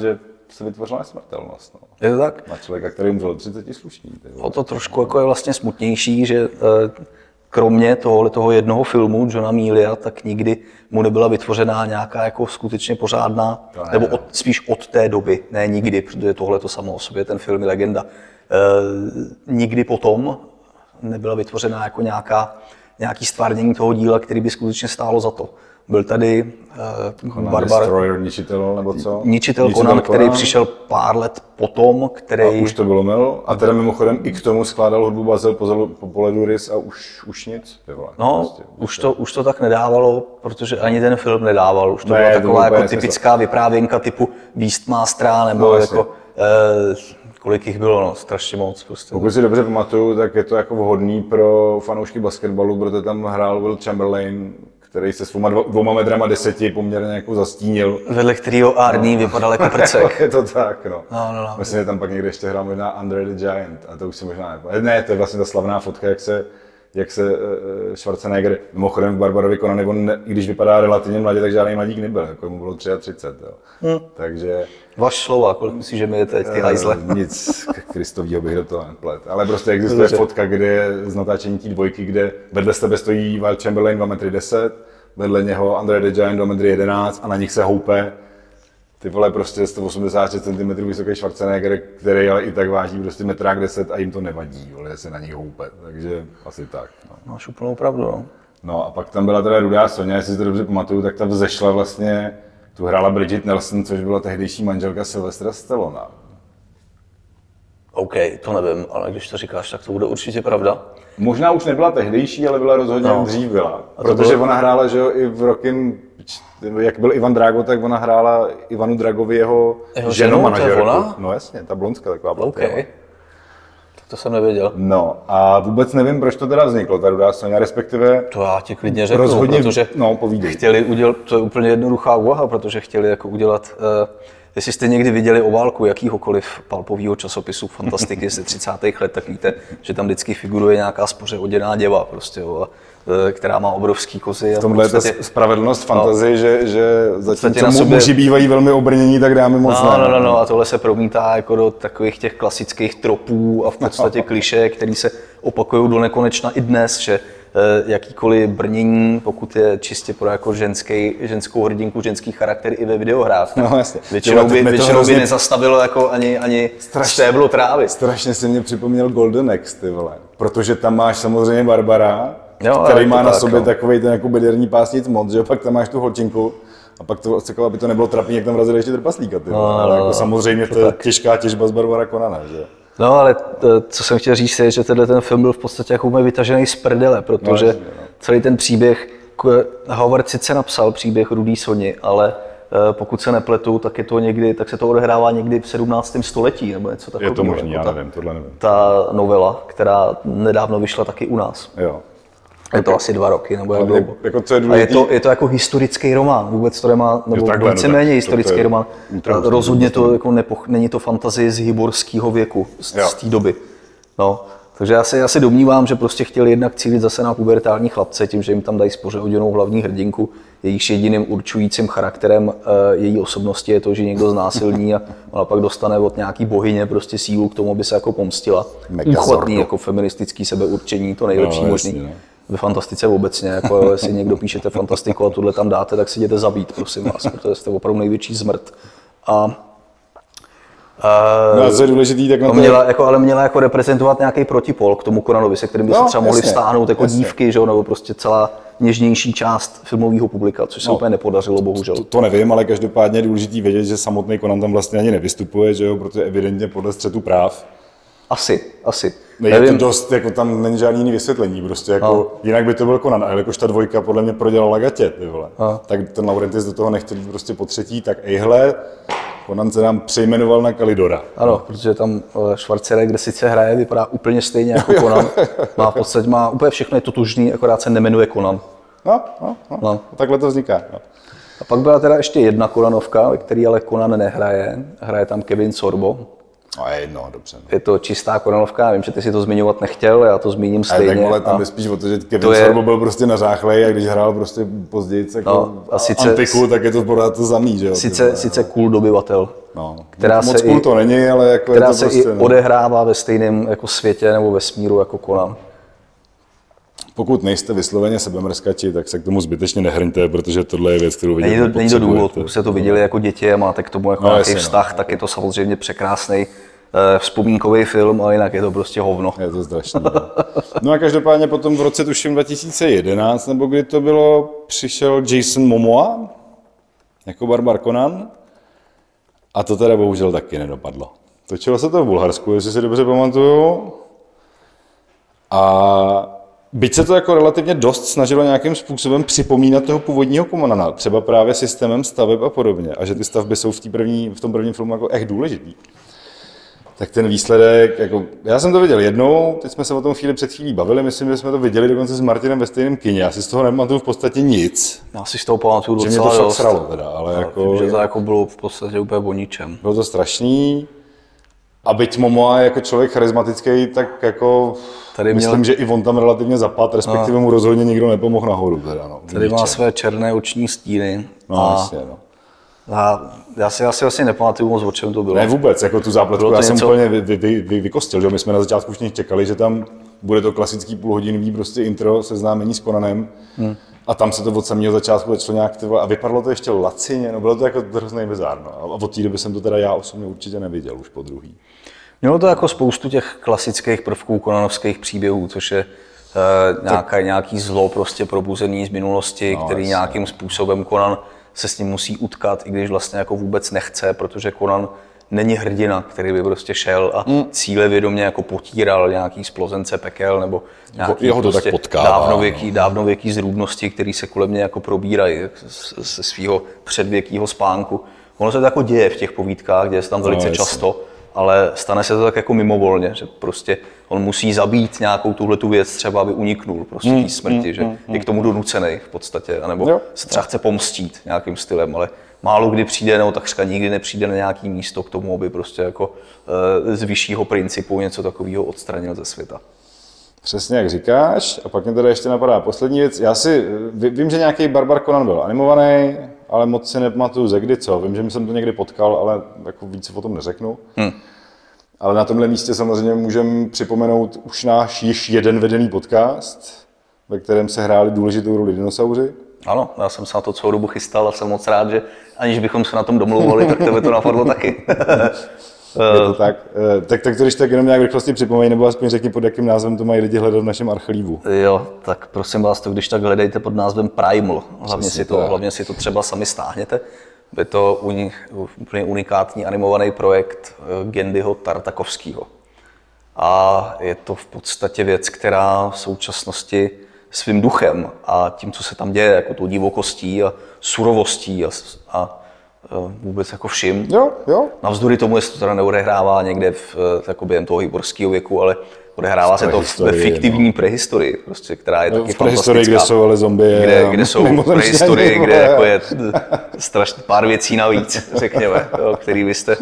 se vytvořila nesmrtelnost. No. Je to tak? Na člověka, který umřel 30 slušný. O to trošku jako je vlastně smutnější, že kromě toho jednoho filmu Johna Mealia, tak nikdy mu nebyla vytvořená nějaká jako skutečně pořádná, nebo spíš od té doby, ne nikdy, protože tohle to samo o sobě, ten film je legenda. Nikdy potom nebyla vytvořená jako nějaký stvárnění toho díla, který by skutečně stálo za to. Byl tady Destroyer, ničitel, nebo co? Ničitel Conan, který přišel pár let potom, který... A už to bylo mil. A teda mimochodem i k tomu skládal hudbu Basil po pohledu Rys a už nic. No, prostě, už to tak nedávalo, protože ani ten film nedával. Už to byla taková jako typická vyprávěnka typu Beastmastera, nebo jako... kolik jich bylo, no, strašně moc. Prostě. Pokud si dobře pamatuju, tak je to jako vhodný pro fanoušky basketbalu, protože tam hrál Will Chamberlain, který se svýma 2 metrama 10 poměrně jako zastínil. Vedle kterého Arnie vypadal jako prcek. Je to tak, no. No. Myslím, že tam pak někde ještě hrál možná Andre the Giant, a to už si možná nepamatuje. Ne, to je vlastně ta slavná fotka, jak se Schwarzenegger, mimochodem v Barbarovi Conanovi, on i když vypadá relativně mladě, tak žádný mladík nebyl, jako mu bylo 33, jo. Takže... Vaš slova, kolik myslíš, že mi je teď ty hajzle? Nic, Kristovýho bych do toho neplet. Ale prostě existuje fotka, kde je z natáčení té dvojky, kde vedle sebe stojí Will Chamberlain 2,10 m, vedle něho Andre the Giant 2,11 m a na nich se houpe ty vole prostě 183 cm vysoký Schwarzenegger, který ale i tak váží prostě 1,10 m a jim to nevadí, vole, se na nich houpe, takže asi tak. No. Máš úplnou pravdu, no. No a pak tam byla teda Rudá Soňa, jestli si to dobře pamatuju, tak ta vzešla vlastně, tu hrála Bridget Nelson, což byla tehdejší manželka Sylvestra Stallona. OK, to nevím, ale když to říkáš, tak to bude určitě pravda. Možná už nebyla tehdejší, ale byla rozhodně dřív byla. Protože ona hrála, že jo, i v Rockin, jak byl Ivan Drago, tak ona hrála Ivanu Dragovi jeho ženu manažerku. No jasně, ta blondská taková byla. Okay. Tak to jsem nevěděl. No a vůbec nevím, proč to teda vzniklo, ta Rudá Soňa, respektive... To já ti klidně řeknu, rozhodně, protože povídej. Chtěli udělat, to je úplně jednoduchá úvaha, protože chtěli jako udělat... Jestli jste někdy viděli obálku jakýhokoliv palpového časopisu fantastiky ze 30. let, tak víte, že tam vždycky figuruje nějaká spoře oděná děva, prostě, která má obrovský kozy. V tomhle je ta spravedlnost fantazie, že zatímco muži bývají velmi obrnění, tak dámy moc ne. No, a tohle se promítá jako do takových těch klasických tropů a v podstatě klišé, které se opakují do nekonečna i dnes, že jakýkoliv brnění, pokud je čistě pro jako ženskou hrdinku, ženský charakter i ve videohrách. No, jasně. Většinou by nezastavilo jako ani stéblo trávy. Strašně se mě připomněl Golden Axe, ty vole. Protože tam máš samozřejmě Barbara, který má na sobě takovej ten jako bederní pásnic moc, že pak tam máš tu holčinku. A pak to, aby to nebylo trapný, jak tam vrazili ještě trpaslíka, ty vole. Ale jako samozřejmě to je těžká těžba z Barbara Conana, že? No ale co jsem chtěl říct je, že ten film byl v podstatě jako vytažený z prdele, protože celý ten příběh, Howard sice napsal příběh Rudý Soni, ale pokud se nepletu, tak je to někdy, tak se to odehrává někdy v 17. století nebo něco takového. Je to možný, já nevím, tohle nevím. Ta novela, která nedávno vyšla taky u nás. Jo. Je to asi 2 roky, nebo jak dlouho. Jako co je je to jako historický román, vůbec to nemá, nebo víceméně historický román. Rozhodně to jako není to fantazie z hyborského věku, z té doby. No, takže já se domnívám, že prostě chtěli jednak cílit zase na pubertální chlapce, tím, že jim tam dají spořehoděnou hlavní hrdinku, jejíž jediným určujícím charakterem její osobnosti je to, že někdo znásilní a ona pak dostane od nějaký bohyně prostě sílu k tomu, aby se jako pomstila. Úchvatný jako feministický sebeurčení, to nejlepší možný. Ve fantastice obecně, jako jestli někdo píšete fantastiku a tohle tam dáte, tak si jděte zabít, prosím vás, protože jste opravdu největší zmrt. No, co je důležitý, tak ale měla jako reprezentovat nějaký protipol k tomu Conanovi, se kterým by se třeba mohli vztáhnout jako dívky, že? Nebo prostě celá něžnější část filmového publika, což se úplně nepodařilo, bohužel. To nevím, ale každopádně je důležitý vědět, že samotný Conan tam vlastně ani nevystupuje, že jo, protože evidentně podle střetu práv. Asi. Je to dost, jako tam není žádný jiný vysvětlení, prostě jako, jinak by to byl Conan, ale jakož ta dvojka podle mě prodělala gatě, ty vole. Tak ten Laurentiis do toho nechtěl prostě po třetí, tak ejhle, Conan se nám přejmenoval na Kalidora. Ano, protože tam Schwarzenegger sice hraje, vypadá úplně stejně jako Conan, má úplně všechno je totožný, akorát se nemenuje Conan. No. Takhle to vzniká. No. A pak byla teda ještě jedna Conanovka, ve který ale Conan nehraje, hraje tam Kevin Sorbo. No je jedno, dobře. No. Je to čistá Conanovka, já vím, že ty si to zmiňovat nechtěl, já to zmíním stejně. Tak vole, tam jde spíš o to, že Kevin Sorbo byl prostě nařáchlej a když hrál prostě později jako antiku, tak je to pořád to samý, že jo? Sice cool dobyvatel, no. která moc cool to není, ale jako která je to se prostě, i odehrává ve stejném jako světě nebo vesmíru jako Conan. Pokud nejste vysloveně sebemrskači, tak se k tomu zbytečně nehrňte, protože tohle je věc, kterou vidět Není to důvod, pokud jste to viděli jako děti a máte k tomu jako nějaký vztah, tak je to samozřejmě překrásný vzpomínkový film, ale jinak je to prostě hovno. Je to strašný. No a každopádně potom v roce tuším 2011, nebo kdy to bylo, přišel Jason Momoa jako Barbar Conan a to teda bohužel taky nedopadlo. Točilo se to v Bulharsku, jestli si dobře pamatuju. A byť se to jako relativně dost snažilo nějakým způsobem připomínat toho původního Conana, třeba právě systémem staveb a podobně, a že ty stavby jsou v tom prvním filmu jako echt důležitý. Tak ten výsledek, jako, já jsem to viděl jednou, teď jsme se o tom před chvílí bavili, myslím, že jsme to viděli dokonce s Martinem ve stejném kině, já si z toho nepamatuju v podstatě nic. Já si z toho pamatuju docela dost. Že mě to fakt dost. sralo teda, ale jako... Že to jako bylo v podstatě úplně o ničem. Bylo to strašný. A byť Momoa je jako člověk charismatický, tak jako myslím, že i on tam relativně zapad, respektive mu rozhodně nikdo nepomohl nahoru. Teda, no, tady má své černé oční stíny. No, jasně, no. A já si vlastně nepamatuju moc, o čem to bylo. Ne vůbec, jako tu zápletku já jsem úplně vykostil, že my jsme na začátku už čekali, že tam bude to klasický půlhodinový prostě intro seznámení s Conanem. A tam se to od samého začátku začalo nějak a vypadalo to ještě lacině, no bylo to jako hrozný bizár, no. A od té doby jsem to teda já osobně určitě neviděl už po druhý. Mělo to jako spoustu těch klasických prvků konanovských příběhů, což je nějaký zlo prostě probuzený z minulosti, který nějakým způsobem Conan se s ním musí utkat, i když vlastně jako vůbec nechce, protože Conan není hrdina, který by prostě šel a cílevědomě jako potíral nějaký splozence pekel nebo nějaký prostě dávnověký zrůdnosti, který se kolem něj jako probírají ze svého předvěkýho spánku. Ono se to jako děje v těch povídkách, děje se tam velice často, ale stane se to tak jako mimovolně, že prostě on musí zabít nějakou tuhletu věc třeba, aby uniknul prostě té smrti, že je k tomu donucený v podstatě, anebo se třeba chce pomstít nějakým stylem, ale málo kdy přijde, nebo takřka nikdy nepřijde na nějaký místo k tomu, aby prostě jako z vyššího principu něco takového odstranil ze světa. Přesně jak říkáš, a pak mě teda ještě napadá poslední věc. Já vím, že nějaký Barbar Conan byl animovaný, ale moc si nepamatuju ze kdy co. Vím, že jsem to někdy potkal, ale jako víc o tom neřeknu. Ale na tomhle místě samozřejmě můžeme připomenout už náš již jeden vedený podcast, ve kterém se hráli důležitou roli dinosauři. Ano, já jsem se na to celou dobu chystal a jsem moc rád, že aniž bychom se na tom domlouvali, tak tebe to napadlo taky. Je to tak. Tak když tak jenom nějak rychlosti připomeň, nebo aspoň řekni, pod jakým názvem to mají lidi hledat v našem archivu. Jo, tak prosím vás, to když tak hledejte pod názvem Primal. Hlavně si to třeba sami stáhněte. Je to úplně unikátní animovaný projekt Gendyho Tartakovského. A je to v podstatě věc, která v současnosti svým duchem a tím, co se tam děje, jako tou divokostí a surovostí a vůbec jako všim. Jo. Navzdory tomu, jestli to teda neodehrává někde jako během toho hyborského věku, ale odehrává se to ve fiktivní prehistorii, prostě, která je taky fantastická. Kde jsou ale zombie. Kde jsou prehistorii, kde jako je strašně pár věcí navíc, řekněme, který vy jste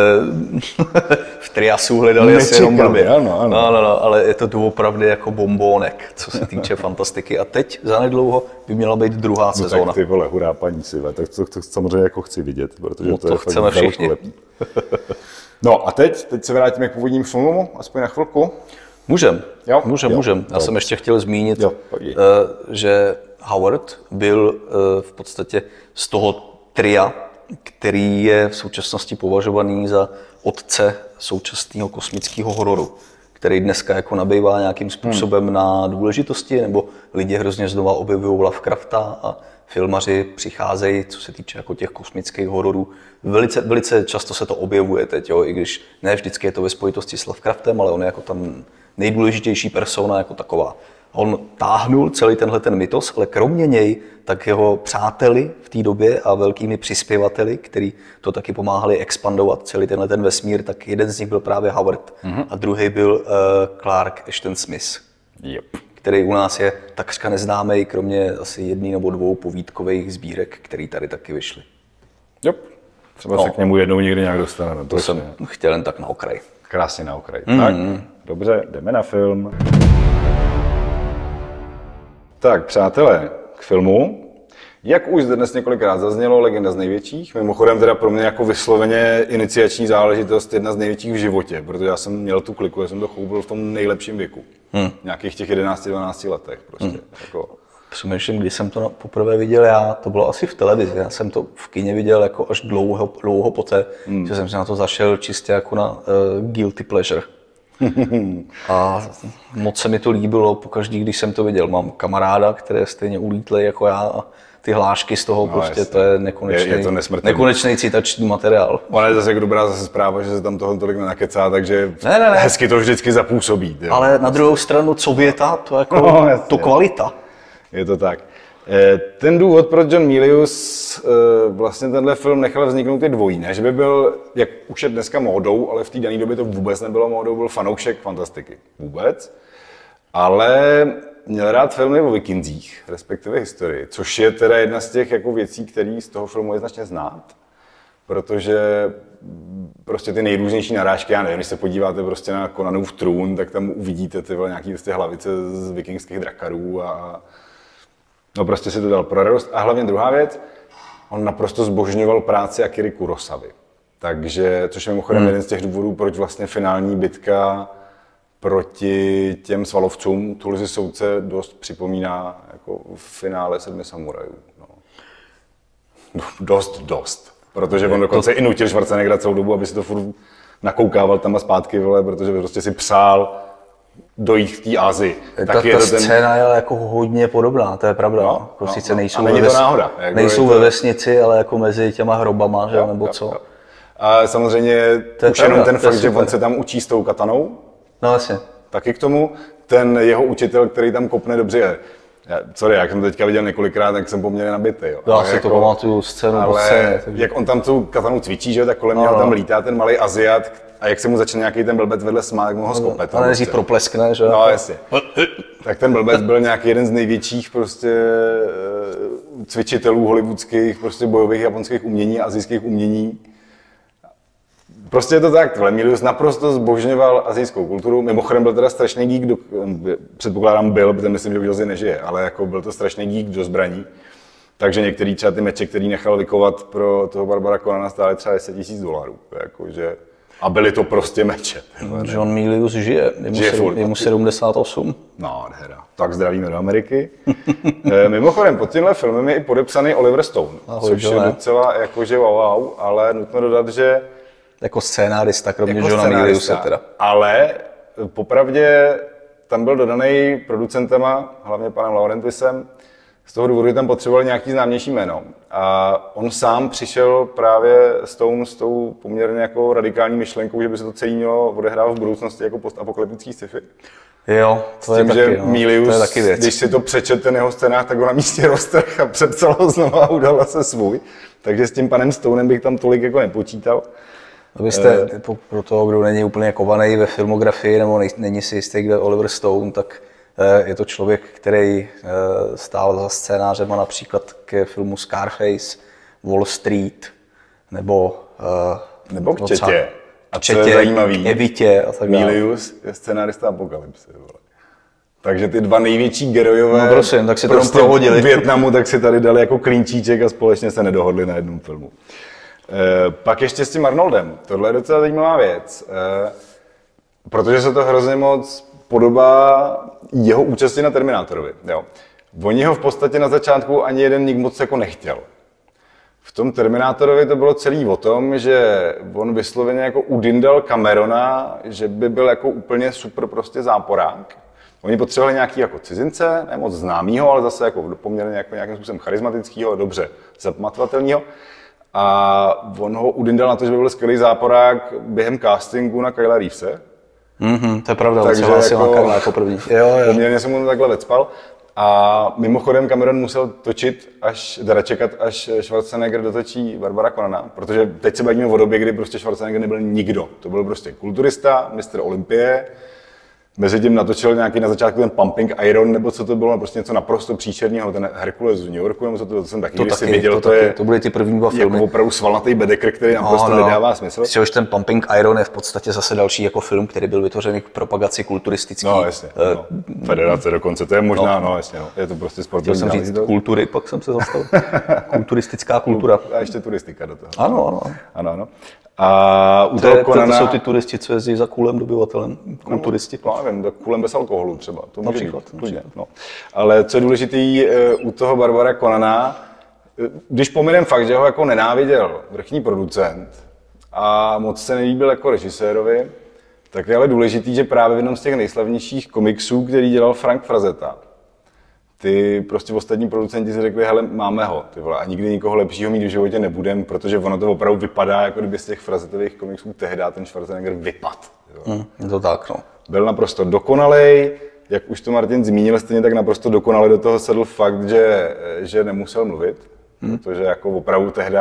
v Triasu hledali asi jenom blbě. Ano, ale je to doopravdy jako bombónek, co se týče fantastiky. A teď zanedlouho by měla být druhá sezóna. Tak ty vole, hurá paní Sive, tak to samozřejmě jako chci vidět, protože to je chceme fakt všichni. Lepší. No a teď se vrátíme k původním filmu, aspoň na chvilku. Můžem. Já jsem ještě chtěl zmínit, že Howard byl v podstatě z toho tria, který je v současnosti považovaný za otce současného kosmického hororu, který dneska jako nabývá nějakým způsobem na důležitosti, nebo lidi hrozně znova objevují Lovecrafta a filmaři přicházejí, co se týče jako těch kosmických hororů. Velice často se to objevuje teď, i když ne vždycky je to ve spojitosti s Lovecraftem, ale on je jako tam nejdůležitější persona jako taková. On táhnul celý ten mytos, ale kromě něj, tak jeho přáteli v té době a velkými přispěvateli, kteří to taky pomáhali expandovat celý ten vesmír, tak jeden z nich byl právě Howard a druhý byl Clark Ashton Smith, který u nás je takřka neznámý, kromě asi jedné nebo dvou povídkových sbírek, které tady taky vyšly. Třeba se k němu jednou někdy nějak dostaneme. To jsem chtěl jen tak na okraj. Krásně na okraj. Tak, dobře, jdeme na film. Tak, přátelé, k filmu. Jak už zde dnes několikrát zaznělo, Legenda z největších. Mimochodem teda pro mě jako vysloveně iniciační záležitost jedna z největších v životě, protože já jsem měl tu kliku, já jsem to choupil v tom nejlepším věku. Nějakých těch 11-12 letech prostě. Jako... Přemýšlím, když jsem to poprvé viděl já, to bylo asi v televizi. Já jsem to v kině viděl jako až dlouho poté, že jsem se na to zašel čistě jako na guilty pleasure. A moc se mi to líbilo pokaždý, když jsem to viděl. Mám kamaráda, který je stejně ulítlej jako já a ty hlášky z toho prostě, to je nekonečný citační materiál. Ona je zase dobrá zpráva, že se tam toho tolik nenakecá, takže hezky to vždycky zapůsobí. Jo. Ale na druhou stranu, co věta, to jako to kvalita. Je to tak. Ten důvod, proč John Milius vlastně tenhle film nechal vzniknout je dvojí. Ne, že by byl, jak už je dneska módou, ale v té dané době to vůbec nebylo módou, byl fanoušek fantastiky. Vůbec. Ale měl rád filmy o vikingzích, respektive historii, což je teda jedna z těch jako věcí, které z toho filmu je značně znát. Protože prostě ty nejrůznější narážky, já nevím, když se podíváte prostě na Conanův trůn, tak tam uvidíte nějaký ty hlavice z vikingských drakarů a no prostě si to dal pro radost. A hlavně druhá věc, on naprosto zbožňoval práci Akiry Kurosavy. Takže, což je mimochodem jeden z těch důvodů, proč vlastně finální bitka proti těm svalovcům Tulsi Soudce dost připomíná jako v finále 7 samurajů. No. Dost. Protože on dokonce i nutil Schwarzeneggera celou dobu, aby si to furt nakoukával tam a zpátky, vole, protože prostě si přál dojít k té Asii. Ta scéna je jako hodně podobná, to je pravda. No, jako sice nejsou, nejsou ve vesnici, ale jako mezi těma hrobama, že, nebo co. A samozřejmě už jenom ten fakt, že on se tam učí s tou katanou. No vlastně. Taky k tomu ten jeho učitel, který tam kopne dobře. Jak jsem to teďka viděl několikrát, tak jsem poměrně nabitý. Jo. Já si jako, to pamatuju scénu po scéně. Takže... Jak on tam tu katanu cvičí, že, tak kolem něho tam lítá ten malý Aziat a jak se mu začne nějaký ten blbec vedle smát, tak mu ho skope. Ale nejdřív propleskne, že? No jasně. Tak ten blbec byl nějaký jeden z největších prostě cvičitelů hollywoodských prostě bojových japonských umění, asijských umění. Prostě je to tak, Milius naprosto zbožňoval asijskou kulturu, mimochodem byl teda strašný geek, předpokládám byl, protože myslím, že už asi nežije, ale jako byl to strašný geek do zbraní. Takže některý třeba ty meče, který nechal vykovat pro toho Barbara Conana, stály třeba $10,000. Jakože, a byly to prostě meče. John Milius žije, je mu 78. No, hera. Tak zdravíme do Ameriky. Mimochodem, pod tímhle filmem je i podepsaný Oliver Stone, což je docela jakože wow, ale nutno dodat, že jako scénárista, kromě Johna Miliuse teda. Ale popravdě tam byl dodaný producentama, hlavně panem Laurentisem, z toho důvodu, že tam potřeboval nějaký známější jméno. A on sám přišel právě s tou poměrně jako radikální myšlenkou, že by se to celé mělo odehrávat v budoucnosti jako postapokalyptický sci-fi. Jo, to je taky, že Milius, to je taky věc. Když si to přečet ten jeho scénář, tak ho na místě roztrh a přepsal ho znovu a udal se svůj. Takže s tím panem Stonem bych tam tolik jako nepočítal. Abyste pro toho, kdo není úplně kovaný ve filmografii nebo není si jistý, kde Oliver Stone, tak je to člověk, který stál za scénářem například ke filmu Scarface, Wall Street nebo k Četě. A co je zajímavý, Evitě a tak dále. Milius je scénárista Apokalypsy. Takže ty dva největší gerojové tak si prostě v Vietnamu, tak si tady dali jako klínčíček a společně se nedohodli na jednom filmu. Pak ještě s tím Arnoldem. Tohle je docela zajímavá věc, protože se to hrozně moc podobá jeho účasti na Terminátorovi. Jo. Oni ho v podstatě na začátku ani jeden nikdo moc jako nechtěl. V tom Terminátorovi to bylo celý o tom, že on vysloveně jako udindal Camerona, že by byl jako úplně super prostě záporák. Oni potřebovali nějaký jako cizince, ne moc známýho, ale zase jako poměrně jako nějakým způsobem charismatického, dobře zapamatovatelného. A on ho udindal na to, že by byl skvělý záporák během castingu na Kyla Reevese. To je pravda, takže jako první. Jo. Poměrně jsem mu takhle vecpal. A mimochodem Cameron musel čekat, až Schwarzenegger dotočí Barbara Conana, protože teď se bavíme o době, kdy prostě Schwarzenegger nebyl nikdo. To byl prostě kulturista, mistr Olympie, Mezitím natočil nějaký na začátku ten Pumping Iron, nebo co to bylo, prostě něco naprosto příšerného, ten Hercules v New Yorku, nebo co to jsem taky kdysi viděl, to byly ty první dva filmy. Jako opravdu svalnatý bedekr, který naprosto nedává smysl. Přičemž ten Pumping Iron je v podstatě zase další jako film, který byl vytvořený k propagaci kulturistický. No jasně, federace dokonce, to je možná, jasně, je to prostě sportovní záležitost. Chtěl jsem říct kultury, pak jsem se zastavil. Kulturistická kultura. A ještě turistika do toho. Ano. A u toho Conana... To jsou ty turisti, co jezdí za kůlem dobyvatelem, kulturisti. No, nevím, tak kůlem bez alkoholu třeba, to může být. No. Ale co je důležitý u toho Barbara Conana, když pominem fakt, že ho jako nenáviděl vrchní producent a moc se nelíbil jako režisérovi, tak je ale důležitý, že právě v jednom z těch nejslavnějších komiksů, který dělal Frank Frazetta, ty prostě ostatní producenti si řekli, hele, máme ho, ty vole, a nikdy nikoho lepšího mít v životě nebudem, protože ono to opravdu vypadá, jako kdyby z těch Frazettových komiksů tehdy ten Schwarzenegger vypad. Je to tak, no. Byl naprosto dokonalej, jak už to Martin zmínil, stejně tak naprosto dokonale do toho sedl fakt, že nemusel mluvit, protože jako opravdu tehdy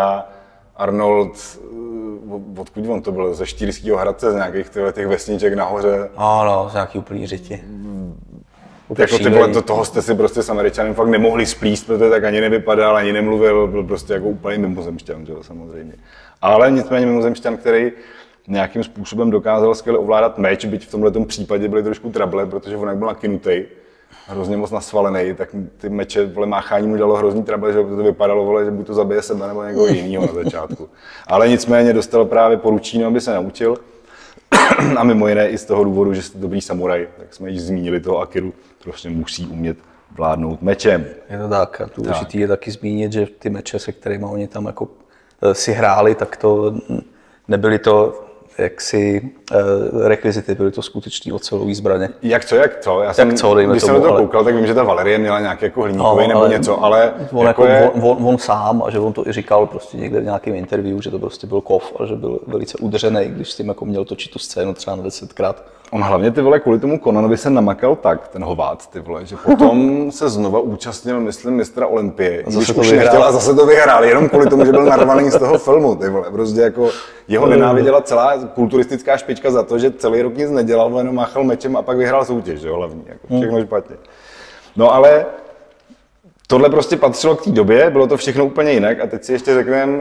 Arnold, odkud on to byl, ze Štýrského Hradce, z nějakých těch vesniček nahoře. Ano, z nějaký úplný řiti. Jako ty vole, toho jste si prostě s Američanem fakt nemohli splíst, protože tak ani nevypadal, ani nemluvil, byl prostě jako úplně mimozemšťan, že jo, samozřejmě. Ale nicméně mimozemšťan, který nějakým způsobem dokázal skvěle ovládat meč, byť v tomhletom případě byly trošku trable, protože on jak byl nakynutej, hrozně moc nasvalený, tak ty meče, vole, máchání mu dalo hrozný trable, že to vypadalo, vole, že buď to zabije sebe nebo někoho jiného na začátku. Ale nicméně dostal právě poručíno, aby se naučil. A mimo jiné i z toho důvodu, že jste dobrý samuraj, tak jsme již zmínili toho Akiru, prostě musí umět vládnout mečem. Je to tak. A důležitý je taky zmínit, že ty meče, se kterými oni tam jako si hráli, tak to nebyly to jaksi rekvizity, byly to skutečný ocelový zbraně. Jak co? Já jsem, když jsem na to koukal, tak vím, že ta Valerie měla nějaký jako hliníkový nebo něco, ale on sám, a že on to i říkal prostě někde v nějakém interview, že to prostě byl kov a že byl velice udržený, když s tím jako měl točit tu scénu třeba na 10krát. On hlavně, ty vole, kvůli tomu Conanovi se namakal tak, ten hovát, ty vole, že potom se znova účastnil, myslím, mistra Olympie, když už nechtěl a zase to vyhrál, jenom kvůli tomu, že byl narvaný z toho filmu, ty vole, prostě jako jeho nenáviděla celá kulturistická špička za to, že celý rok nic nedělal, jenom máchal mečem a pak vyhrál soutěž, jo, hlavně, jako všechno špatně. No ale tohle prostě patřilo k té době, bylo to všechno úplně jinak a teď si ještě řekneme,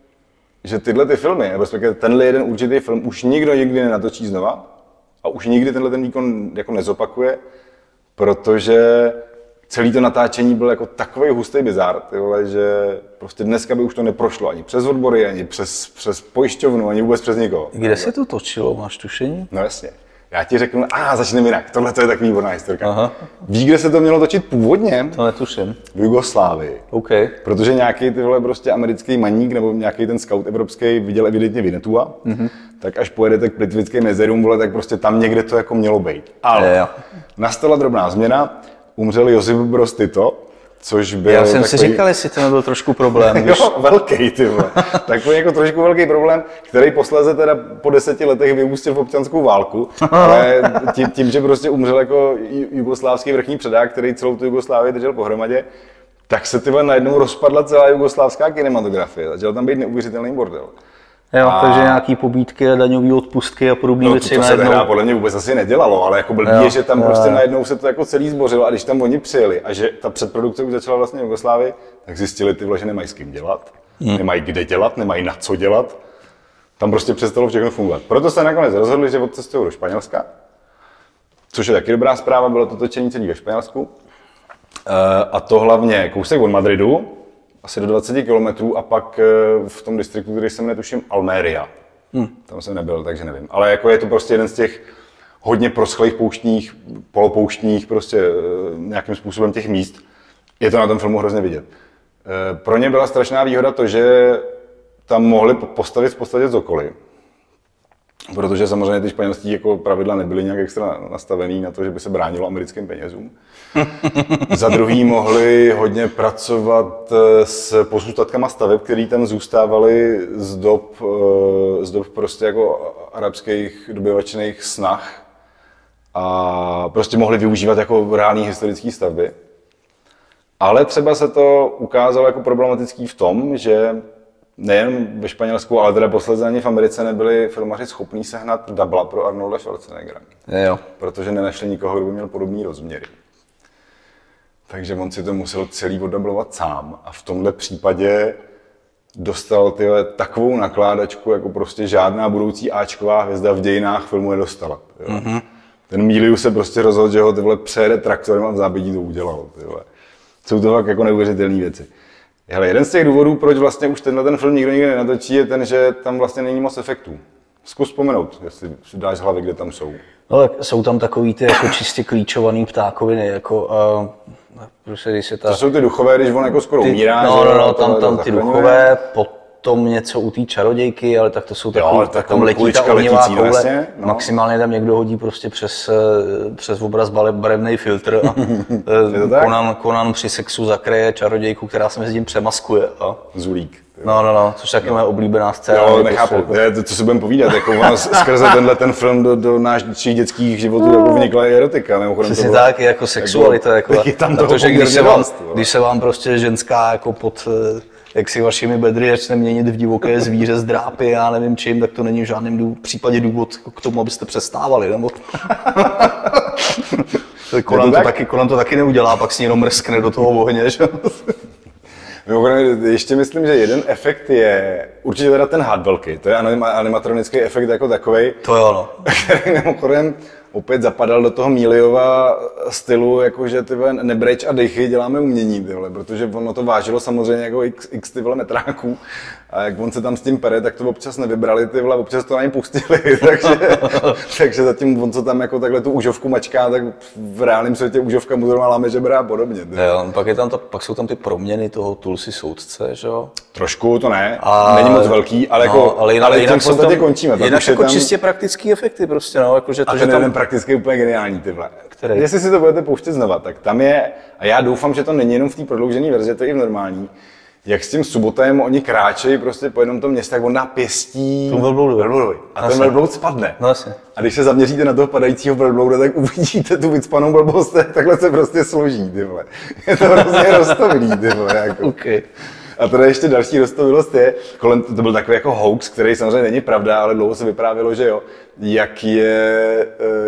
že tyhle ty filmy, respektive tenhle jeden určitý film už nikdo nikdy nenatočí znova a už nikdy tenhle ten výkon jako nezopakuje, protože celý to natáčení byl jako takový hustý bizár, ty vole, že prostě dneska by už to neprošlo ani přes odbory, ani přes pojišťovnu, ani vůbec přes nikoho. Kde se to točilo, máš tušení? No jasně. Já ti řeknu, začneme jinak, tohle to je takový výborná historka. Aha. Víš, kde se to mělo točit původně? To netuším. V Jugoslávii. Okay. Protože nějaký tyhle prostě americký maník nebo nějaký ten scout evropský viděl evidentně Vinetua, tak až pojedete k Plitvickým jezerům, vole, tak prostě tam někde to jako mělo být. Ale nastala drobná změna, umřel Josip Broz Tito, což byl já jsem si říkal, jestli to nebyl trošku problém. Když... jo, velký, ty vole. Takový jako trošku velký problém, který posléze teda po 10 letech vyústil v občanskou válku, ale tím, že prostě umřel jako jugoslávský vrchní předák, který celou tu Jugoslávii držel pohromadě, tak se tyhle najednou rozpadla celá jugoslávská kinematografie. Začal tam být neuvěřitelný bordel. Jo, takže nějaký pobídky a daňové odpustky a podobné věci. To se tehdy podle mě vůbec asi nedělalo, ale jako blbý je, že tam prostě najednou se to jako celý zbořilo a když tam oni přijeli a že ta předprodukce už začala vlastně v Jugoslávii, tak zjistili ty vole, že nemají s kým dělat, nemají kde dělat, nemají na co dělat. Tam prostě přestalo všechno fungovat. Proto se nakonec rozhodli, že odcestují do Španělska, což je taky dobrá zpráva, bylo to točení celý ve Španělsku. A to hlavně kousek od Madridu, asi do 20 kilometrů a pak v tom distriktu, který se jmenuje, tuším, Almeria. Tam jsem nebyl, takže nevím. Ale jako je to prostě jeden z těch hodně proschlých pouštních, polopouštních, prostě nějakým způsobem těch míst. Je to na tom filmu hrozně vidět. Pro ně byla strašná výhoda to, že tam mohli postavit v podstatě cokoliv. Protože samozřejmě ty španělský jako pravidla nebyly nějak extra nastavený na to, že by se bránilo americkým penězům. Za druhý mohli hodně pracovat s pozůstatkama staveb, které tam zůstávaly z dob prostě jako arabských dobyvačných snah a prostě mohli využívat jako reální historické stavby. Ale třeba se to ukázalo jako problematický v tom, že nejen ve Španělsku, ale teda posledně ani v Americe nebyli filmaři schopní sehnat dubla pro Arnolda Schwarzeneggera. Jo. Protože nenašli nikoho, kdo by měl podobný rozměry. Takže on si to musel celý oddublovat sám a v tomhle případě dostal takovou nakládačku, jako prostě žádná budoucí áčková hvězda v dějinách filmu nedostala. Mm-hmm. Ten Milius se prostě rozhodl, že ho přejede traktorem a v zábědí to udělal. Jsou to fakt jako neuvěřitelné věci. Hele, jeden z těch důvodů, proč vlastně už ten film nikdo nikdy nenatočí, je ten, že tam vlastně není moc efektů. Zkus vzpomenout, jestli si dáš hlavy, kde tam jsou. No, tak jsou tam takový ty jako čistě klíčovaný ptákoviny, jako prostě když se ta... To jsou ty duchové, když on jako skoro umírá. No, tam ty duchové, potom něco u té čarodějky, ale tak to jsou takový, tak tam letí ta ohnivá koule, vlastně, no. Maximálně tam někdo hodí prostě přes obraz barevný filtr a Conan při sexu zakryje čarodějku, která se mezi tím přemaskuje. A... Zulík. No, což je taky moje oblíbená scéna. Jo, nechápu, to, co si budeme povídat, jako ono skrze ten film do našich dětských životů jako vnikla i erotika. Přesně tak, jako sexualita, jako to, že když se vám prostě ženská jako pod jak si vašimi bedry začne měnit v divoké zvíře z drápy, já nevím čím, tak to není v žádném případě důvod k tomu, abyste přestávali, nebo... Conan to taky neudělá, pak si jenom mrskne do toho ohně, že? Ještě myslím, že jeden efekt je určitě teda ten had velký, to je animatronický efekt jako takovej, to jo, no. Který mimochodem opět zapadal do toho Miliova stylu, jakože nebreč a dechy děláme umění, protože ono to vážilo samozřejmě jako x metráků a jak on se tam s tím pere, tak to občas nevybrali, občas to na ně pustili, takže zatím on se tam jako takhle tu úžovku mačká, tak v reálném světě úžovka mu zrovna láme žebra a podobně. Jo, pak jsou tam ty proměny toho Tulsi soudce, že jo? Trošku, to ne, není moc velký, ale, ale jinak v podstatě končíme. Jinak jako čistě praktický efekty prostě, no, jakože to, že tam prakticky úplně geniální, tyhle. Který? Jestli si to budete pouštět znova, tak tam je, a já doufám, že to není jenom v té prodloužené verzi, to je i v normální, jak s tím Subotem oni kráčejí prostě po jednom tom městě, tak on dá pěstí velbloudovi. A ten velbloud spadne. No, jasně. A když se zaměříte na toho padajícího velblouda, tak uvidíte tu vycpanou blbost, takhle se prostě složí, tyhle. Je to hrozně roztovilý, tyhle, jako. Okay. A teda ještě další roztovilost je, to byl takový jako hoax, který samozřejmě není pravda, ale dlouho se vyprávělo, že jo, jak je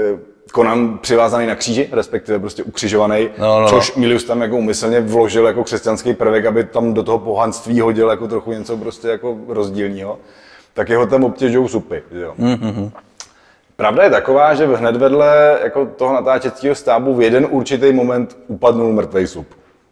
Conan přivázaný na kříži, respektive prostě ukřižovaný, což Milius tam jako umyslně vložil jako křesťanský prvek, aby tam do toho pohanství hodil jako trochu něco prostě jako rozdílného, tak jeho tam obtěžují supy, jo. Mm-hmm. Pravda je taková, že hned vedle jako toho natáčecího stábu v jeden určitý moment upadnul mrtvej sup.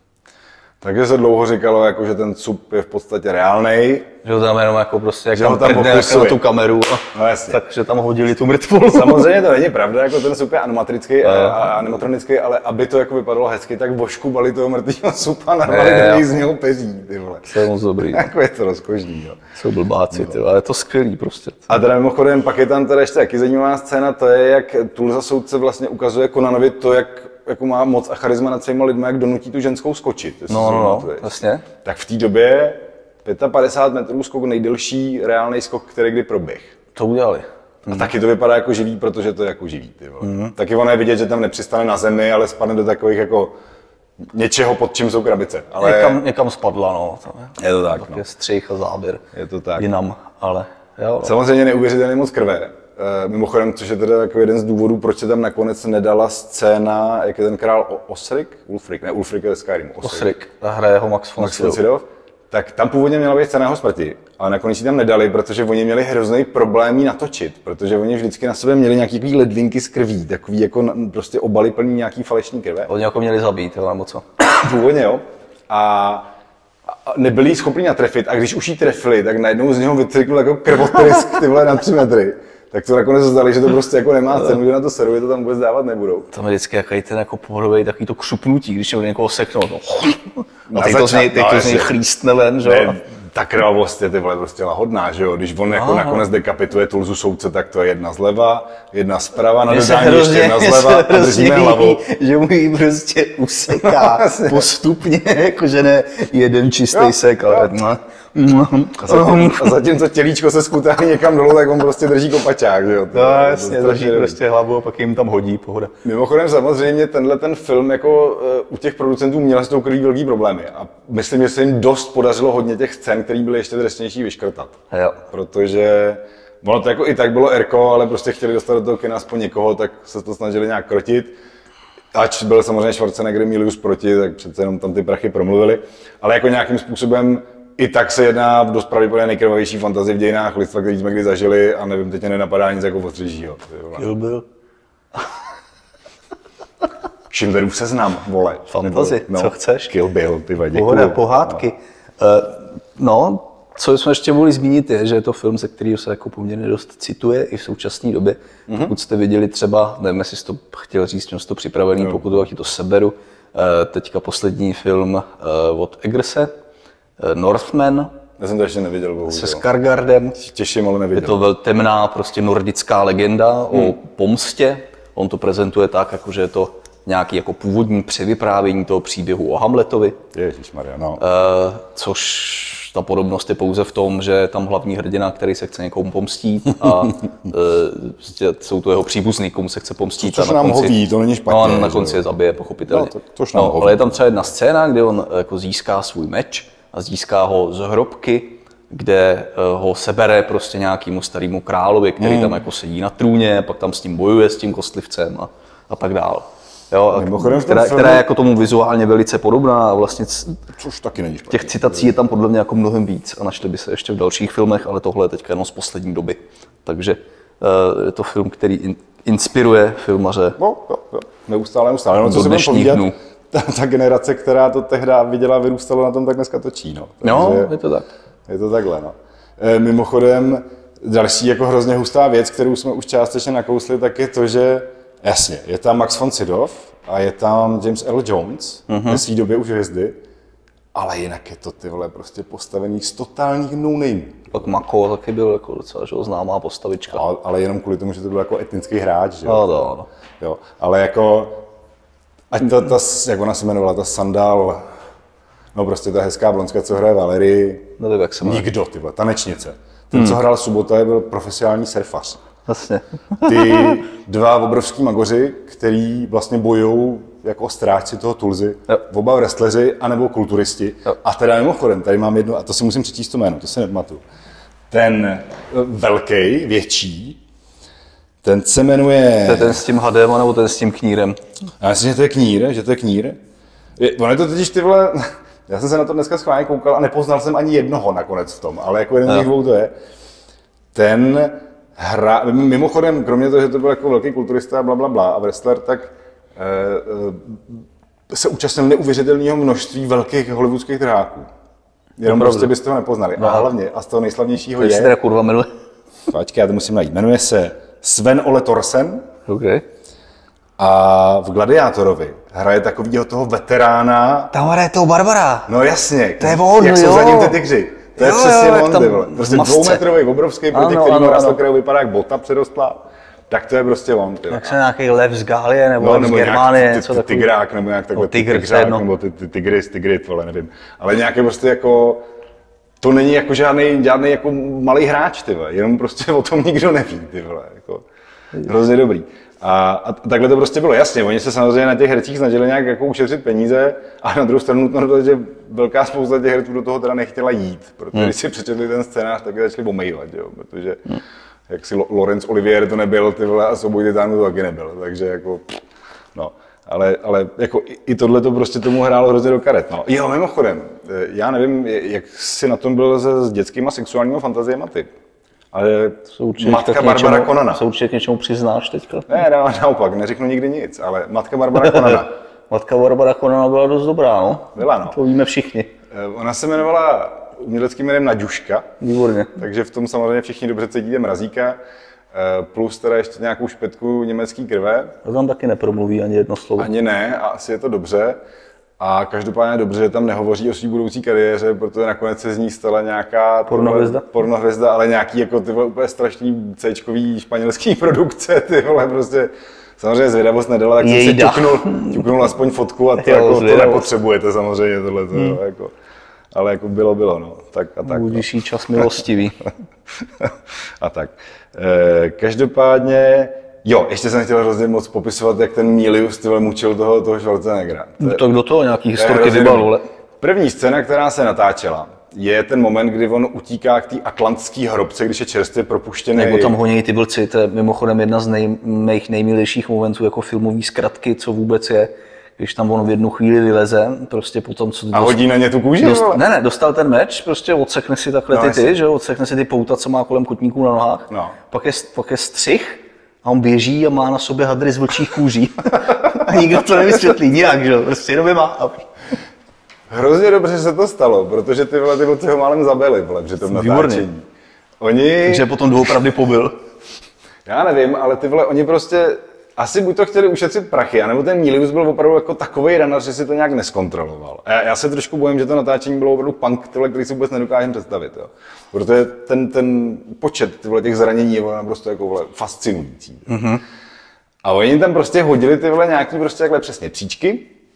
Takže se dlouho říkalo, jako, že ten sup je v podstatě reálnej. Že ho tam jenom jako prostě, jak tam prdne na tu kameru, takže tam hodili tu mrtvolu. Samozřejmě to není pravda, jako ten sup je animatronický, ale aby to jako vypadalo hezky, tak voškubali toho mrtvého supa, narvali z něho peří, ty vole. To je moc dobrý. Jako je to rozkošný, jo. Jsou blbáci, ty, ale je to skvělý prostě. A teda mimochodem, pak je tam teda ještě taky zajímavá scéna, to je, jak Tulsa soudce vlastně ukazuje Conanovi to, jak jako má moc a charisma nad svýma lidmi, jak donutí tu ženskou skočit. No, vlastně. Tak v té době 55 metrů skok, nejdelší reálný skok, který kdy proběh. To udělali. A taky to vypadá jako živý, protože to je jako živý. Taky ono je vidět, že tam nepřistane na zemi, ale spadne do takových jako něčeho, pod čím jsou krabice. Ale... Někam spadla, no. Je to tak, no. Je střih a záběr. Je to tak. Jinam, ale jo. No. Samozřejmě neuvěřitelně moc krve. Mimochodem, což je teda jako jeden z důvodů, proč se tam nakonec nedala scéna, jak je ten král Ulfric je Skyrim. Osric, hraje ho Max von Sydow. Tak tam původně měla být scéna jeho smrti, ale nakonec ji tam nedali, protože oni měli hrozný problém ji natočit, protože oni vždycky na sebe měli nějaký ledvinky z krví, takový jako prostě obaly plný nějaký falešní krve. Oni jako měli zabít, jo, nebo co? Původně jo. A nebyli schopni natrefit a když už jí trefili, tak najednou z něho vytrykl jako krvotrysk tyhle na 3 metry. Tak to nakonec zdali, že to prostě jako nemá cenu, že na to servy to tam vůbec dávat nebudou. Tam je vždycky jaký ten jako pohodový takový to křupnutí, když je někoho seknout. No. A teď to z něj chlístne ven, že jo? Ta krvavost je tyhle prostě lahodná, že jo? Když on jako nakonec dekapituje Tulsu soudce, tak to je jedna zleva, jedna zprava, na dodání ještě jedna zleva a držíme hlavou. Že mu ji prostě useká postupně, jakože ne jeden čistý sek, ale A zatímco tělíčko se skutá někam dolů, tak on prostě drží kopačák, že jo. No jasně, drží prostě hlavu a pak jim tam hodí, pohoda. Mimochodem samozřejmě ten film jako u těch producentů měl s tou krví velký problémy a myslím, že se jim dost podařilo hodně těch scén, které byly ještě drsnější, vyškrtat. Jo. Protože ono to jako i tak bylo erko, ale prostě chtěli dostat do toho kina aspoň někoho, tak se to snažili nějak krotit. Ač byl samozřejmě Schwarzenegger Milius proti, tak přece jenom tam ty prachy promluvili. Ale jako nějakým způsobem i tak se jedná v dost pravděpodobně nejkrvavější fantazii v dějinách lidstva, který jsme kdy zažili a nevím, teď mě nenapadá nic jako ostřejšího. Kill Bill. Schindlerův seznam, vole. Fantazi, co chceš? Kill Bill, ty vadě. Pohoda, pohádky. No, co jsme ještě mohli zmínit je, že je to film, ze kterého se jako poměrně dost cituje i v současné době. Pokud jste viděli třeba, nevím, jestli jsi to chtěl říct, měl jsi to připravený, pokud to taky to seberu. Teďka poslední film od Eggerse, Northman. Já jsem to ještě neviděl, bohužel. Se Skarsgårdem. Těším, ale neviděl. Je to temná, prostě nordická legenda o pomstě. On to prezentuje tak, jako že je to nějaký jako původní převyprávění toho příběhu o Hamletovi. Ježišmarja, no. Což ta podobnost je pouze v tom, že je tam hlavní hrdina, který se chce někomu pomstít a jsou to jeho příbuzný, komu se chce pomstít. Což nám hoví, to není špatně. No, na konci je zabije, pochopitelně. No, ale je tam třeba jedna scéna, kde on jako získá svůj meč a získá ho z hrobky, kde ho sebere prostě nějakému starému královi, který tam jako sedí na trůně, pak tam s tím bojuje, s tím kostlivcem a tak dál. Jo, která je jako tomu vizuálně velice podobná a vlastně což taky není špatně. Těch citací je tam podle mě jako mnohem víc a našli by se ještě v dalších filmech, ale tohle je teďka jenom z poslední doby. Takže je to film, který inspiruje filmaře. Jo. Neustále. No, co si budeme povídat, ta generace, která to tehdy viděla, vyrůstala na tom, tak dneska točí. No. Takže je to tak. Je to takhle, no. Mimochodem, další jako hrozně hustá věc, kterou jsme už částečně nakousli, tak je to, že jasně, je tam Max von Sydow a je tam James Earl Jones, ve svý době už hvězdy, ale jinak je to ty vole prostě postavený z totálních no-name. Pak Mako taky byl jako docela známá postavička. Ale jenom kvůli tomu, že to byl jako etnický hráč, že jo? No. Jo, ale jako, ať ta, jak ona se jmenovala, ta Sandal, no prostě ta hezká blondská, co hraje Valerii, nevím, jak se jmenuje. Nikdo, ty vole, tanečnice. Ten, co hrál Subota, byl profesionální surfař. Jasně. Ty dva obrovský magoři, který vlastně bojujou jako strážci toho Tulzy, oba wrestleri anebo kulturisti. A teda mimochodem, tady mám jedno, a to si musím přečíst to jméno, to se nepamatuju. Ten velký, větší, ten se jmenuje... To je ten s tím hadem, nebo ten s tím knírem? Já myslím, že to je knír, On je to totiž ty vole... Já jsem se na to dneska schválně koukal a nepoznal jsem ani jednoho nakonec v tom, ale jako jeden z nich dvou to je. Ten mimochodem, kromě toho, že to byl jako velký kulturista a blablabla a wrestler, tak se účastnil neuvěřitelného množství velkých hollywoodských trháků. Jenom prostě byste ho nepoznali. No. A hlavně, a z toho nejslavnějšího je... To se teda kurva jmenuje? Počkej, já to musím najít. Jmenuje se Sven Ole Thorsen. Okay. A v Gladiátorovi hraje takovýho toho veterána... Tam hraje toho Barbara. No jasně. To je on, jak jsou za ním ty tygři. To je přesně on, ty vole. Prostě dvoumetrový, obrovský, proti kterým Rastokreu vypadá jak bota předostlá. Tak to je prostě on. Jak se nějaký lev z Gálie nebo z Germánie, něco takového. Tygrák nebo nějak takhle. Tygřák nebo tygrit, vole, nevím. Ale nějaké prostě jako... To není jako žádný jako malý hráč, ty vole. Jenom prostě o tom nikdo neví, ty vole. Jako, hrozně dobrý. A takhle to prostě bylo, jasně, oni se samozřejmě na těch hercích snažili nějak jako ušetřit peníze, a na druhou stranu nutno dodat, že velká spousta těch herců do toho teda nechtěla jít, protože když si přečetli ten scénář, tak začali omejvat, jo, protože jak si Laurence Olivier to nebyl, ty vole, a Souboj titánů to taky nebyl, takže jako, no. Ale jako i tohle to prostě tomu hrálo hrozně do karet, no. Jo, mimochodem, já nevím, jak jsi na tom byl s dětskýma sexuálníma fantaziemi ty. Ale matka Barbara Conana. Se určitě k něčemu přiznáš teďka? Ne, naopak, neřeknu nikdy nic, ale matka Barbara Conana. Matka Barbara Conana byla dost dobrá, no. Byla, no. To víme všichni. Ona se jmenovala uměleckým jménem Naďuška. Výborně. Takže v tom samozřejmě všichni dobře cítíte Mrazíka, plus teda ještě nějakou špetku německý krve. To tam taky nepromluví ani jedno slovo. Ani ne, a asi je to dobře. A každopádně dobře, že tam nehovoří o své budoucí kariéře, protože nakonec se z ní stala nějaká pornohvězda, ale nějaký jako ty vole úplně strašný C-čkový španělský produkce, ty vole prostě. Samozřejmě zvědavost nedala, tak jsem si ťuknul aspoň fotku a to, jako, to nepotřebujete samozřejmě tohleto, jako. ale jako bylo, no. Tak a tak. Budiš jí čas milostivý. A tak. Každopádně, jo, ještě jsem chtěl hrozně moc popisovat, jak ten Milius tyhle mučil toho Schwarzeneggera. To kdo to nějaký historky vybal, První scéna, která se natáčela, je ten moment, kdy on utíká k té atlantské hrobce, když je čerstvě propuštěný. Nebo tam honí ty vlci, to je mimochodem jedna z mých nejmilějších momentů jako filmový zkratky, co vůbec je, když tam on v jednu chvíli vyleze, prostě potom, co... A hodí na ně tu kůži? Dostal ten meč, prostě odsekne si takhle že odsekne si ty pouta, co má kolem kotníků na nohách, pak je střih a on běží a má na sobě hadry z vlčích kůží. A nikdo to nevysvětlí nijak, že prostě jenom je má. Hrozně dobře se to stalo, protože ty vlci ho málem zabili, při tom natáčení. Takže potom doopravdy pobyl. Já nevím, ale oni prostě asi buď to chtěli ušetřit prachy, anebo ten Milius byl opravdu jako takovej runner, že si to nějak neskontroloval. A já se trošku bojím, že to natáčení bylo opravdu punk, který si vůbec nedokážeme představit. Jo. Protože ten počet těch zranění je prostě jako fascinující. Mm-hmm. A oni tam prostě hodili nějaký prostě takhle přesně příčky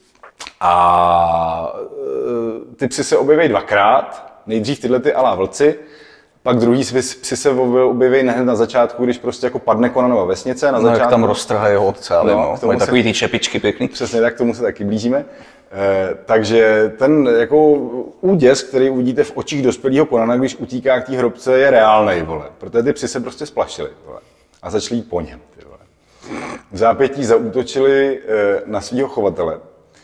a ty psy se objeví dvakrát, nejdřív tyhle ty alá vlci, pak druhý psy se objeví hned na začátku, když prostě jako padne Conanova vesnice. Na začátku. Jak tam roztrhají jeho otce, ale mají takový ty čepičky pěkný. Přesně tak, k tomu se taky blížíme. Takže ten jako úděs, který uvidíte v očích dospělého Conana, když utíká k té hrobce, je reálnej, protože ty psy se prostě splašily a začali jít po něm. V zápětí zaútočili na svého chovatele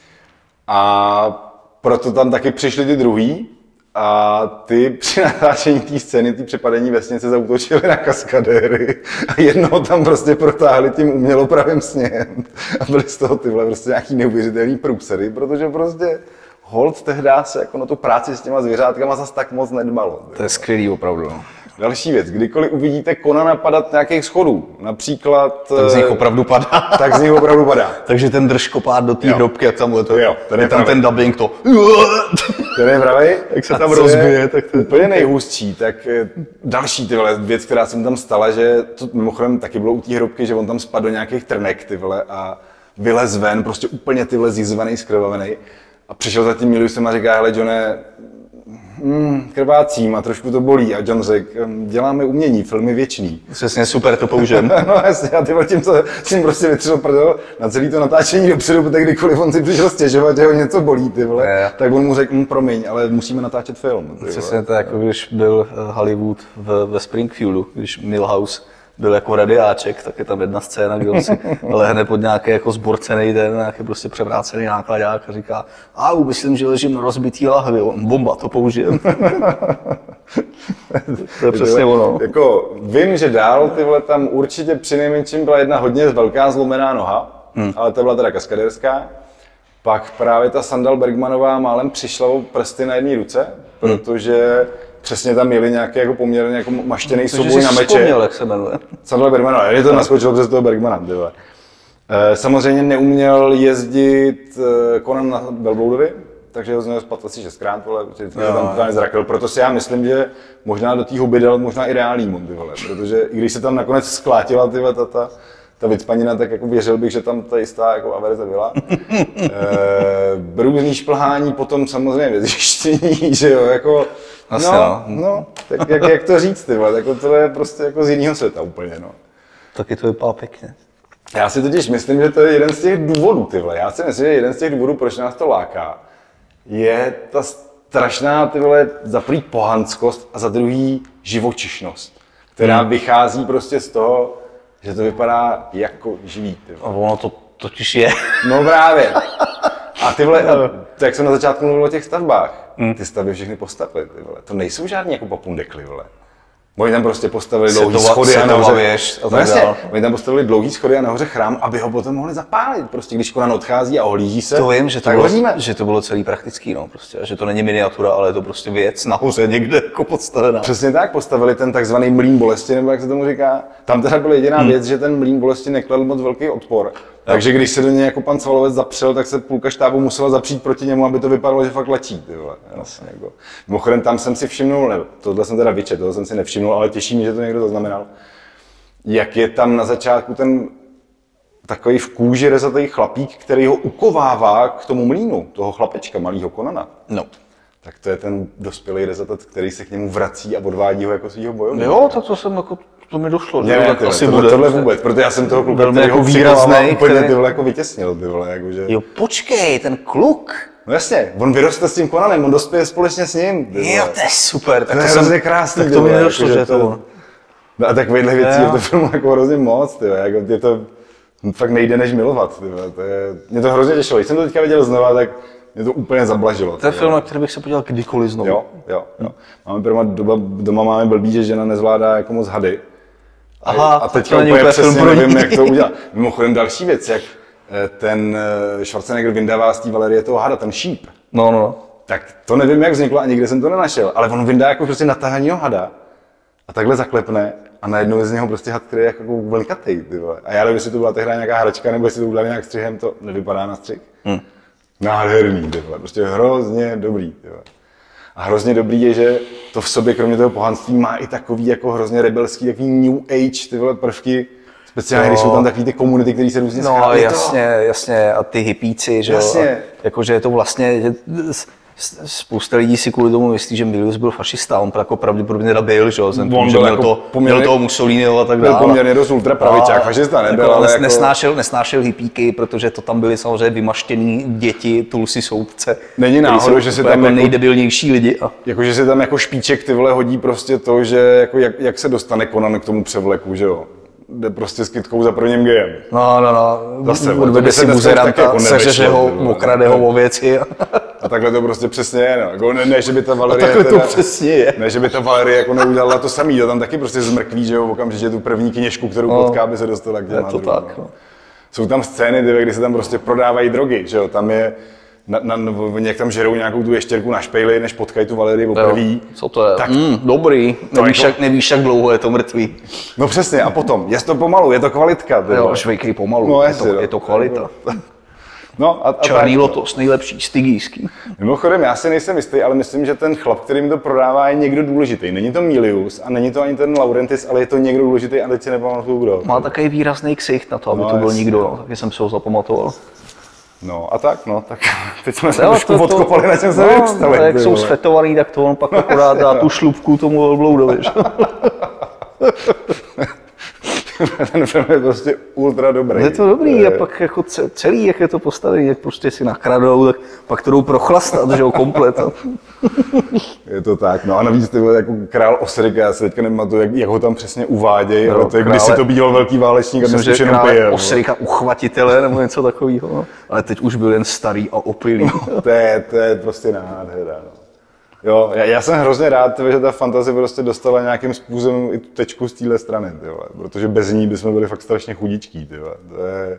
a proto tam taky přišli ty druhý, a ty při natáčení té scény, ty přepadení vesnice zaútočili na kaskadéry a jednoho tam prostě protáhli tím umělopravým sněhem a byly z toho prostě nějaký neuvěřitelný průsery, protože prostě holt tehdy se jako na tu práci s těma zvěřátkama zas tak moc nedbalo. To je skvělý opravdu. No. Další věc, kdykoliv uvidíte Conana padat nějakých schodů, například... Tak z nich opravdu padá. Tak z nich opravdu padá. Takže ten držkopád do té hrobky, jak tam je tam ten dubbing to... Ten je pravej. Jak se tam rozbije, tak to... Úplně nejhustší, tak další věc, která se mu tam stala, že to mimochodem taky bylo u té hrobky, že on tam spadl do nějakých trnek a vylez ven, prostě úplně zjizvaný, skrvavený. A přišel za tím Miliusem a říká, hele Johne, krvácím a trošku to bolí. A John řekl, děláme umění, film je věčný. Přesně, super, to použijem. No jasně, a ty tím jsem prostě vytřel prdel na celý to natáčení dopředu, protože kdykoliv on si přišel stěžovat, že ho něco bolí, tak on mu řekl, promiň, ale musíme natáčet film. Přesně to jako když byl Hollywood ve Springfieldu, když Milhouse byl jako radiáček, tak je tam jedna scéna, kde on si lehne pod nějaký jako zborcený nějaký prostě převrácený nákladák a říká, myslím, že ležím na rozbitý lahvi, bomba, to použijem. To je přesně ono. Jako, vím, že dál tam určitě přinejmenším byla jedna hodně velká zlomená noha, ale to byla teda kaskadérská. Pak právě ta Sandal Bergmanová málem přišla o prsty na jedné ruce, protože přesně tam měli nějaký jako poměrně jako maštěný souboj na meče. Vzpomněl, jak se jmenuje. Sandal Bergmanova, je to naskočilo přes toho Bergmana. Samozřejmě neuměl jezdit Conan na velbloudovi, takže ho spadl asi 6krát, protože tam totálně zrakl. Proto si já myslím, že možná do té huby dal možná i reálný mont, protože i když se tam nakonec sklátila ta vycpanina, tak jako věřil bych, že tam ta jistá jako averze byla. Různý šplhání, potom samozřejmě vězjištění, že jo, jako... tak jak to říct, jako to je prostě jako z jiného světa úplně, no. Taky to vypadá pěkně. Já si totiž myslím, že to je jeden z těch důvodů, Já si myslím, že jeden z těch důvodů, proč nás to láká, je ta strašná, za prvý pohanskost a za druhý živočišnost, která vychází prostě z toho, že to vypadá jako živý, A ono to totiž je. No právě. A jak jsem na začátku mluvil o těch stavbách, ty stavby všechny postavili, to nejsou žádní jako papundekly, Oni tam prostě postavili dlouhý schody a nahoře. Oni tam postavili dlouhý schody a nahoře chrám, aby ho potom mohli zapálit. Prostě když Conan odchází a ohlíží se. To vím, že to bylo celý praktický, no, prostě, že to není miniatura, ale je to prostě věc nahoře někde jako postavená. Přesně tak, postavili ten takzvaný mlýn bolesti, nebo jak se tomu říká. Tam teda byla jediná věc, že ten mlýn bolesti nekladl moc velký odpor. Takže když se do něj jako pan Svalovec zapřel, tak se půlka štábu musela zapřít proti němu, aby to vypadalo, že fakt lečí. Jako. Mimochodem tam jsem si všimnul, tohle jsem teda vyčet, toho jsem si nevšimnul, ale těší mě, že to někdo zaznamenal, jak je tam na začátku ten takový v kůži rezatý chlapík, který ho ukovává k tomu mlýnu, toho chlapečka, malýho Conana. No. tak to je ten dospělý rezatec, který se k němu vrací a odvádí ho jako svýho bojovníka. Jo, to jsem jako, to mi došlo. Ne, tak asi tohle vůbec, protože já jsem toho kluka, velmi který jako ho výraznej, úplně který... ty vole jako vytěsnil, ty vole, jakože... Jo, počkej, ten kluk. No jasně, on vyroste s tím Conanem, on dospěje společně s ním. Jo, to je super. Tak to je hrozně krásný. Tak to mi nedošlo, že to... No a takovýhle věcí je v tom filmu jako hrozně moc, tyhle, jako je to fakt nejde než milovat, tyhle, to je, mě to hrozně těšilo, když jsem to teďka viděl znova, tak mě to úplně zablažilo. To je film, na který bych se podíval kdykoliv znovu. Jo. Máme doma máme blbý, že žena nezvládá jako moc hady. A teďka úplně přesně nevím, jak to udělat. Mimochodem další věc, jak ten Schwarzenegger vyndává z té Valerie toho hada, ten šíp. No. Tak to nevím, jak vzniklo a nikde jsem to nenašel, ale on vyndá jako prostě natahaného hada a takhle zaklepne a najednou je z něho prostě had, který je jako velikatej, ty vole. A já nevím, jestli to byla tehdy nějaká hračka, nebo jestli to udělali nějak střihem, to nevypadá na střih. Nádherný, ty vole, prostě hrozně dobrý, ty vole. A hrozně dobrý je, že to v sobě, kromě toho pohanství, má i takový jako hrozně rebelský, takový new age, ty vole, prvky. Speciálně, když jsou tam takový ty komunity, které se různě schází. No jasně, a ty hippíci, že jo. Jakože je to vlastně, že spousta lidí si kvůli tomu myslí, že Milius byl fašista, on jako pravděpodobně teda byl, že jo, měl toho Mussoliniho a tak dále. Byl poměrně dost ultrapravičák, fašista nebyl, jako, ale nesnášel hippíky, protože to tam byly samozřejmě vymaštěný děti, Tulsi soudce. Není náhodou, že si tam jako nejdebilnější lidi. Jakože si tam jako špiček ty vole hodí prostě to, že jako jak se dostane Conan k tomu převleku, že jo. Jde prostě s kytkou za prvním gejem. No. Zase, odvede si muzeranta, seřeže ho, okrade ho o věci. A takhle to prostě přesně je, no. Jako ne, že by ta Valerie takhle to přesně je. Ne, že by ta Valerie jako neudělala to samý, to tam taky prostě zmrkví, že jo, okamžitě tu první kněžku, kterou potká, by se dostala k těm. Je to tak, no. Jsou tam scény, kdy se tam prostě prodávají drogy, že jo, tam je, jak tam žerou nějakou tu ještěrku na špejli, než potkají tu Valerii poprvé. Co to je? Tak, dobrý, nevíš, jak dlouho je to mrtvý. No přesně, a potom, je to pomalu, je to kvalitka. Jo, švejkej pomalu, no, je to kvalita. No, a Černý lotos, nejlepší, stygijský. Mimochodem, já si nejsem jistý, ale myslím, že ten chlap, který mi to prodává, je někdo důležitý. Není to Milius a není to ani ten Laurentis, ale je to někdo důležitý a teď si nepamatuju kdo. Má takový výrazný ksicht na to, aby to byl nikdo, no, taky jsem se ho zapamatoval. No a tak, teď jsme se trošku odkopali, na čem se vypstali. Jak jsou sfetovaný, tak to on pak akorát dá tu šlupku tomu velbloudovi. Ten film je prostě ultra dobrý. Je to dobrý a pak jako celý, jak je to postavený, jak prostě si nakradou, tak pak to jdou prochlastat, že jo, komplet. Je to tak, no a navíc ty jako král Osric, já se teďka nematuju, jak ho tam přesně uvádějí, ale to je, když si to býval velký válečník a dnes už jenom pije. Osrica uchvatitele nebo něco takového, no. Ale teď už byl jen starý a opilý. To je prostě nádhera, no. Jo, já jsem hrozně rád, že ta fantazie prostě dostala nějakým způsobem i tu tečku z téhle strany, tyhle, protože bez ní bychom byli fakt strašně chudičký. Tyhle. To je...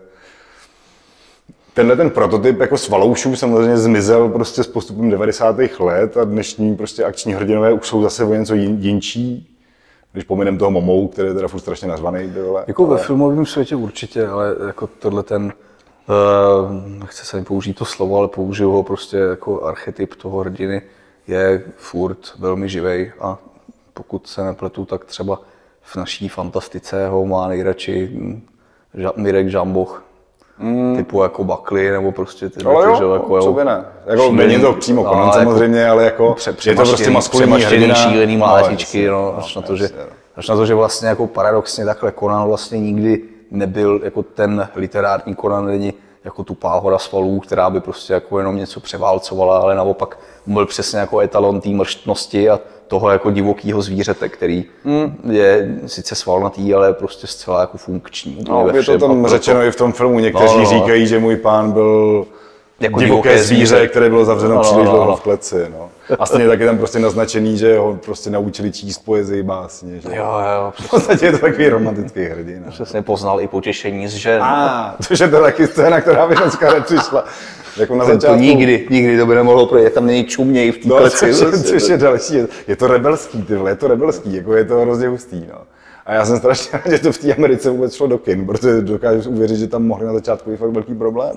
Tenhle ten prototyp jako s Valoušů samozřejmě zmizel prostě s postupem 90. let a dnešní prostě akční hrdinové už jsou zase o něco jinčí, když pominem toho Momou, který je teda furt strašně nazvaný. Tyhle, jako ale... ve filmovém světě určitě, ale jako tohle ten, nechci se mi použít to slovo, ale použiju ho prostě jako archetyp toho hrdiny, je furt velmi živej a pokud se nepletu, tak třeba v naší fantastice ho má nejradši Mirek Žamboch, typu jako Buckley nebo prostě ty věci, že jako co by ne. Jako není to přímo Conan samozřejmě, ale jako je to prostě maskulinní hrdina. Šílený mlátičky, no, až na to, že vlastně jako paradoxně takhle Conan vlastně nikdy nebyl jako ten literární Conan, není jako tu páhoda svalů, která by prostě jako jenom něco převálcovala, ale naopak byl přesně jako etalon té mrštnosti a toho jako divokého zvířete, který je sice svalnatý, ale prostě zcela jako funkční. No, je to tam řečeno i v tom filmu, někteří říkají, že můj pán byl jako divoké zvíře, které bylo zavřeno příliš dlouho v kleci. No. A stejně taky tam prostě naznačený, že ho prostě naučili číst poezii básně. Že? Jo. V podstatě je to takový romantický hrdina. Přesně poznal i potěšení z žen. Což je to taky scéna, která by dneska nepřišla. Jako na začátku... To nikdy to by nemohlo projít, tam není čuměj v té kleci. Což je další, je to rebelský, tyhle, jako je to hrozně hustý. No. A já jsem strašně rád, že to v té Americe vůbec šlo do kin, protože dokážu uvěřit, že tam mohli na začátku být fakt velký problém.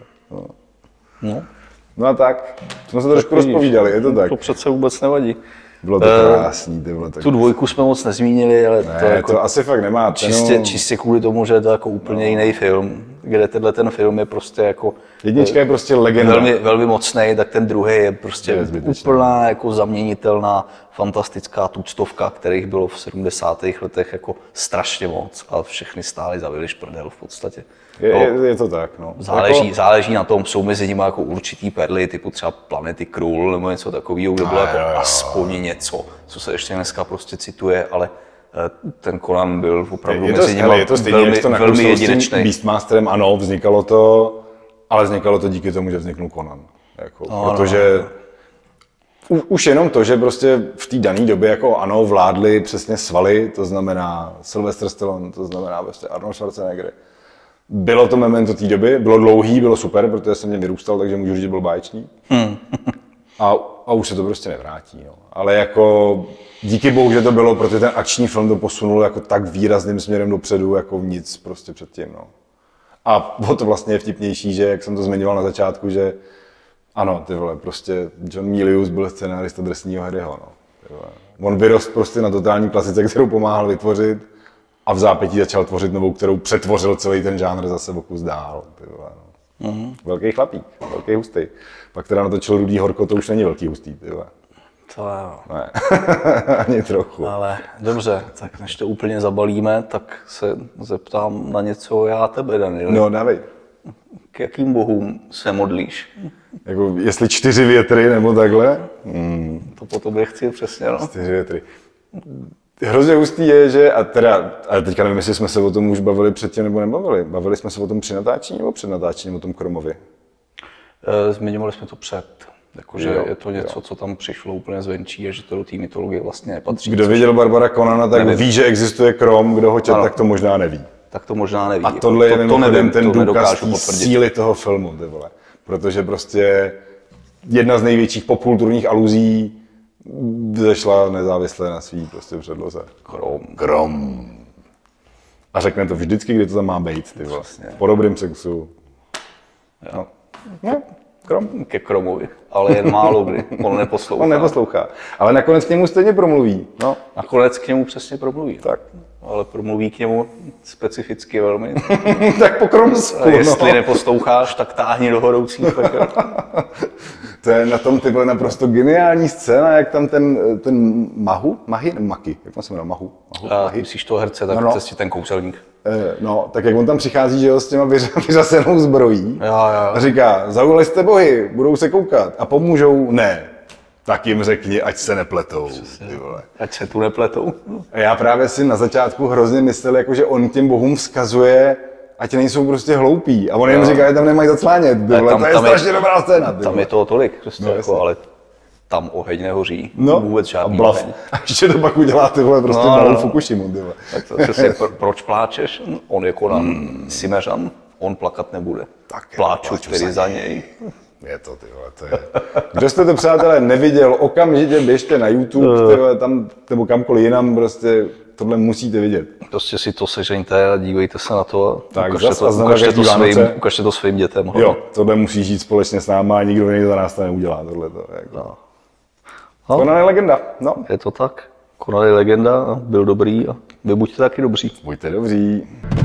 No a tak, jsme se trošku rozpovídali, je to tak. To přece vůbec nevadí. Bylo to krásný, ty vole. Tu dvojku jsme moc nezmínili, ale Ne, to, jako to asi fakt nemá čistě kvůli tomu, že je to jako úplně jiný film, kde ten film je prostě jako Jednička je prostě legenda. velmi mocný, tak ten druhý je prostě úplná jako zaměnitelná, fantastická tuctovka, kterých bylo v 70. letech jako strašně moc a všechny stály za viliš prdel v podstatě. Je to tak, no. Záleží na tom, jsou mezi nimi jako určitý perly, typu třeba Planety Krul nebo něco takového, kde bylo jako aspoň něco, co se ještě dneska prostě cituje, ale ten Conan byl opravdu mezi nimi velmi jedinečný. Beastmasterem, ano, vznikalo to, ale vznikalo to díky tomu, že vzniknul Conan. Jako, protože už jenom to, že prostě v té dané době jako ano, vládli přesně svaly, to znamená Sylvester Stallone, to znamená prostě Arnold Schwarzenegger. Bylo to memento té doby, bylo dlouhý, bylo super, protože jsem mě vyrůstal, takže můžu říct, že byl báječný. A už se to prostě nevrátí. No. Ale jako díky bohu, že to bylo, protože ten akční film to posunul jako tak výrazným směrem dopředu, jako nic prostě předtím. No. A bylo to vlastně vtipnější, že jak jsem to zmiňoval na začátku, že ano, ty vole, prostě John Milius byl scenárista Drsného Harryho. No. On vyrost prostě na totální klasice, kterou pomáhal vytvořit a v zápětí začal tvořit novou, kterou přetvořil celý ten žánr zase o kus dál. Ty vole, no. Velký chlapík, velký hustý. Pak teda natočil Rudý Horko, to už není velký hustý. Ty vole. To jo. Ne, ani trochu. Ale dobře, tak než to úplně zabalíme, tak se zeptám na něco já tebe, Daniel. No, dávej. K jakým bohům se modlíš? Jako, jestli 4 větry nebo takhle? To po tobě chci přesně, no. 4 větry. Hrozně hustý je, že, ale teďka nevím, jestli jsme se o tom už bavili předtím nebo nebavili. Bavili jsme se o tom při natáčení nebo před natáčením, o tom Kromovi? Zmiňovali jsme to před. Jakože je to něco, co tam přišlo úplně zvenčí a že to do té mytologie vlastně nepatří. Kdo viděl Barbara Conana, tak ví, že existuje Krom, kdo ho četl, tak to možná neví. Tak to možná neví. A tohle je mimochodem ten důkaz té potvrdit. síly toho filmu, ty vole. Protože prostě jedna z největších popkulturních aluzí vzešla nezávisle na svý prostě předloze. Krom. A řekne to vždycky, kdy to tam má být, ty vole. Po dobrým sexu. No. Krom. Ke Kromovi, ale jen málo kdy. On neposlouchá. Ale nakonec k němu stejně promluví. No. Nakonec k němu přesně promluví. Tak. Ale promluví k němu specificky velmi. Tak po kromsku. Jestli neposloucháš, tak táhni do horoucí pekel. To je na tom ty naprosto geniální scéna, jak tam ten Maki, jak on se jmenuje, Mahu? Myslíš toho herce, tak no. Cestí ten kouzelník. No, tak jak on tam přichází, že jo, s těma vyřazenou zbrojí a říká, zaujali jste bohy, budou se koukat a pomůžou? Ne. Tak jim řekni, ať se nepletou. Ty vole. Ať se tu nepletou. A já právě si na začátku hrozně myslel, jako, že on těm bohům vzkazuje, ať nejsou prostě hloupí. A on jim říká, že tam nemají zaclánět. To je strašně dobrá scéna. Tam je toho tolik, prostě, jako, ale tam oheň nehoří. No, vůbec žádný a oheň. A ještě to pak udělá tyhle prostě malou Fukushimu. Tak to přesně, proč pláčeš? On je Conan, Simeřan, on plakat nebude. Pláču tedy za něj. Je to, ty vole, to je. Kdo jste to, přátelé, neviděl, okamžitě běžte na YouTube, tyhle, tam, nebo kamkoliv jinam, prostě tohle musíte vidět. Prostě si to sežeňte a dívejte se na to a tak, ukažte to svým dětem. Jo, tohle musí žít společně s náma a nikdo jiný za nás to neudělá. Tohleto, jako. No. Conan je legenda. No. Je to tak. Conan je legenda, byl dobrý a vy buďte taky dobří. Buďte dobří.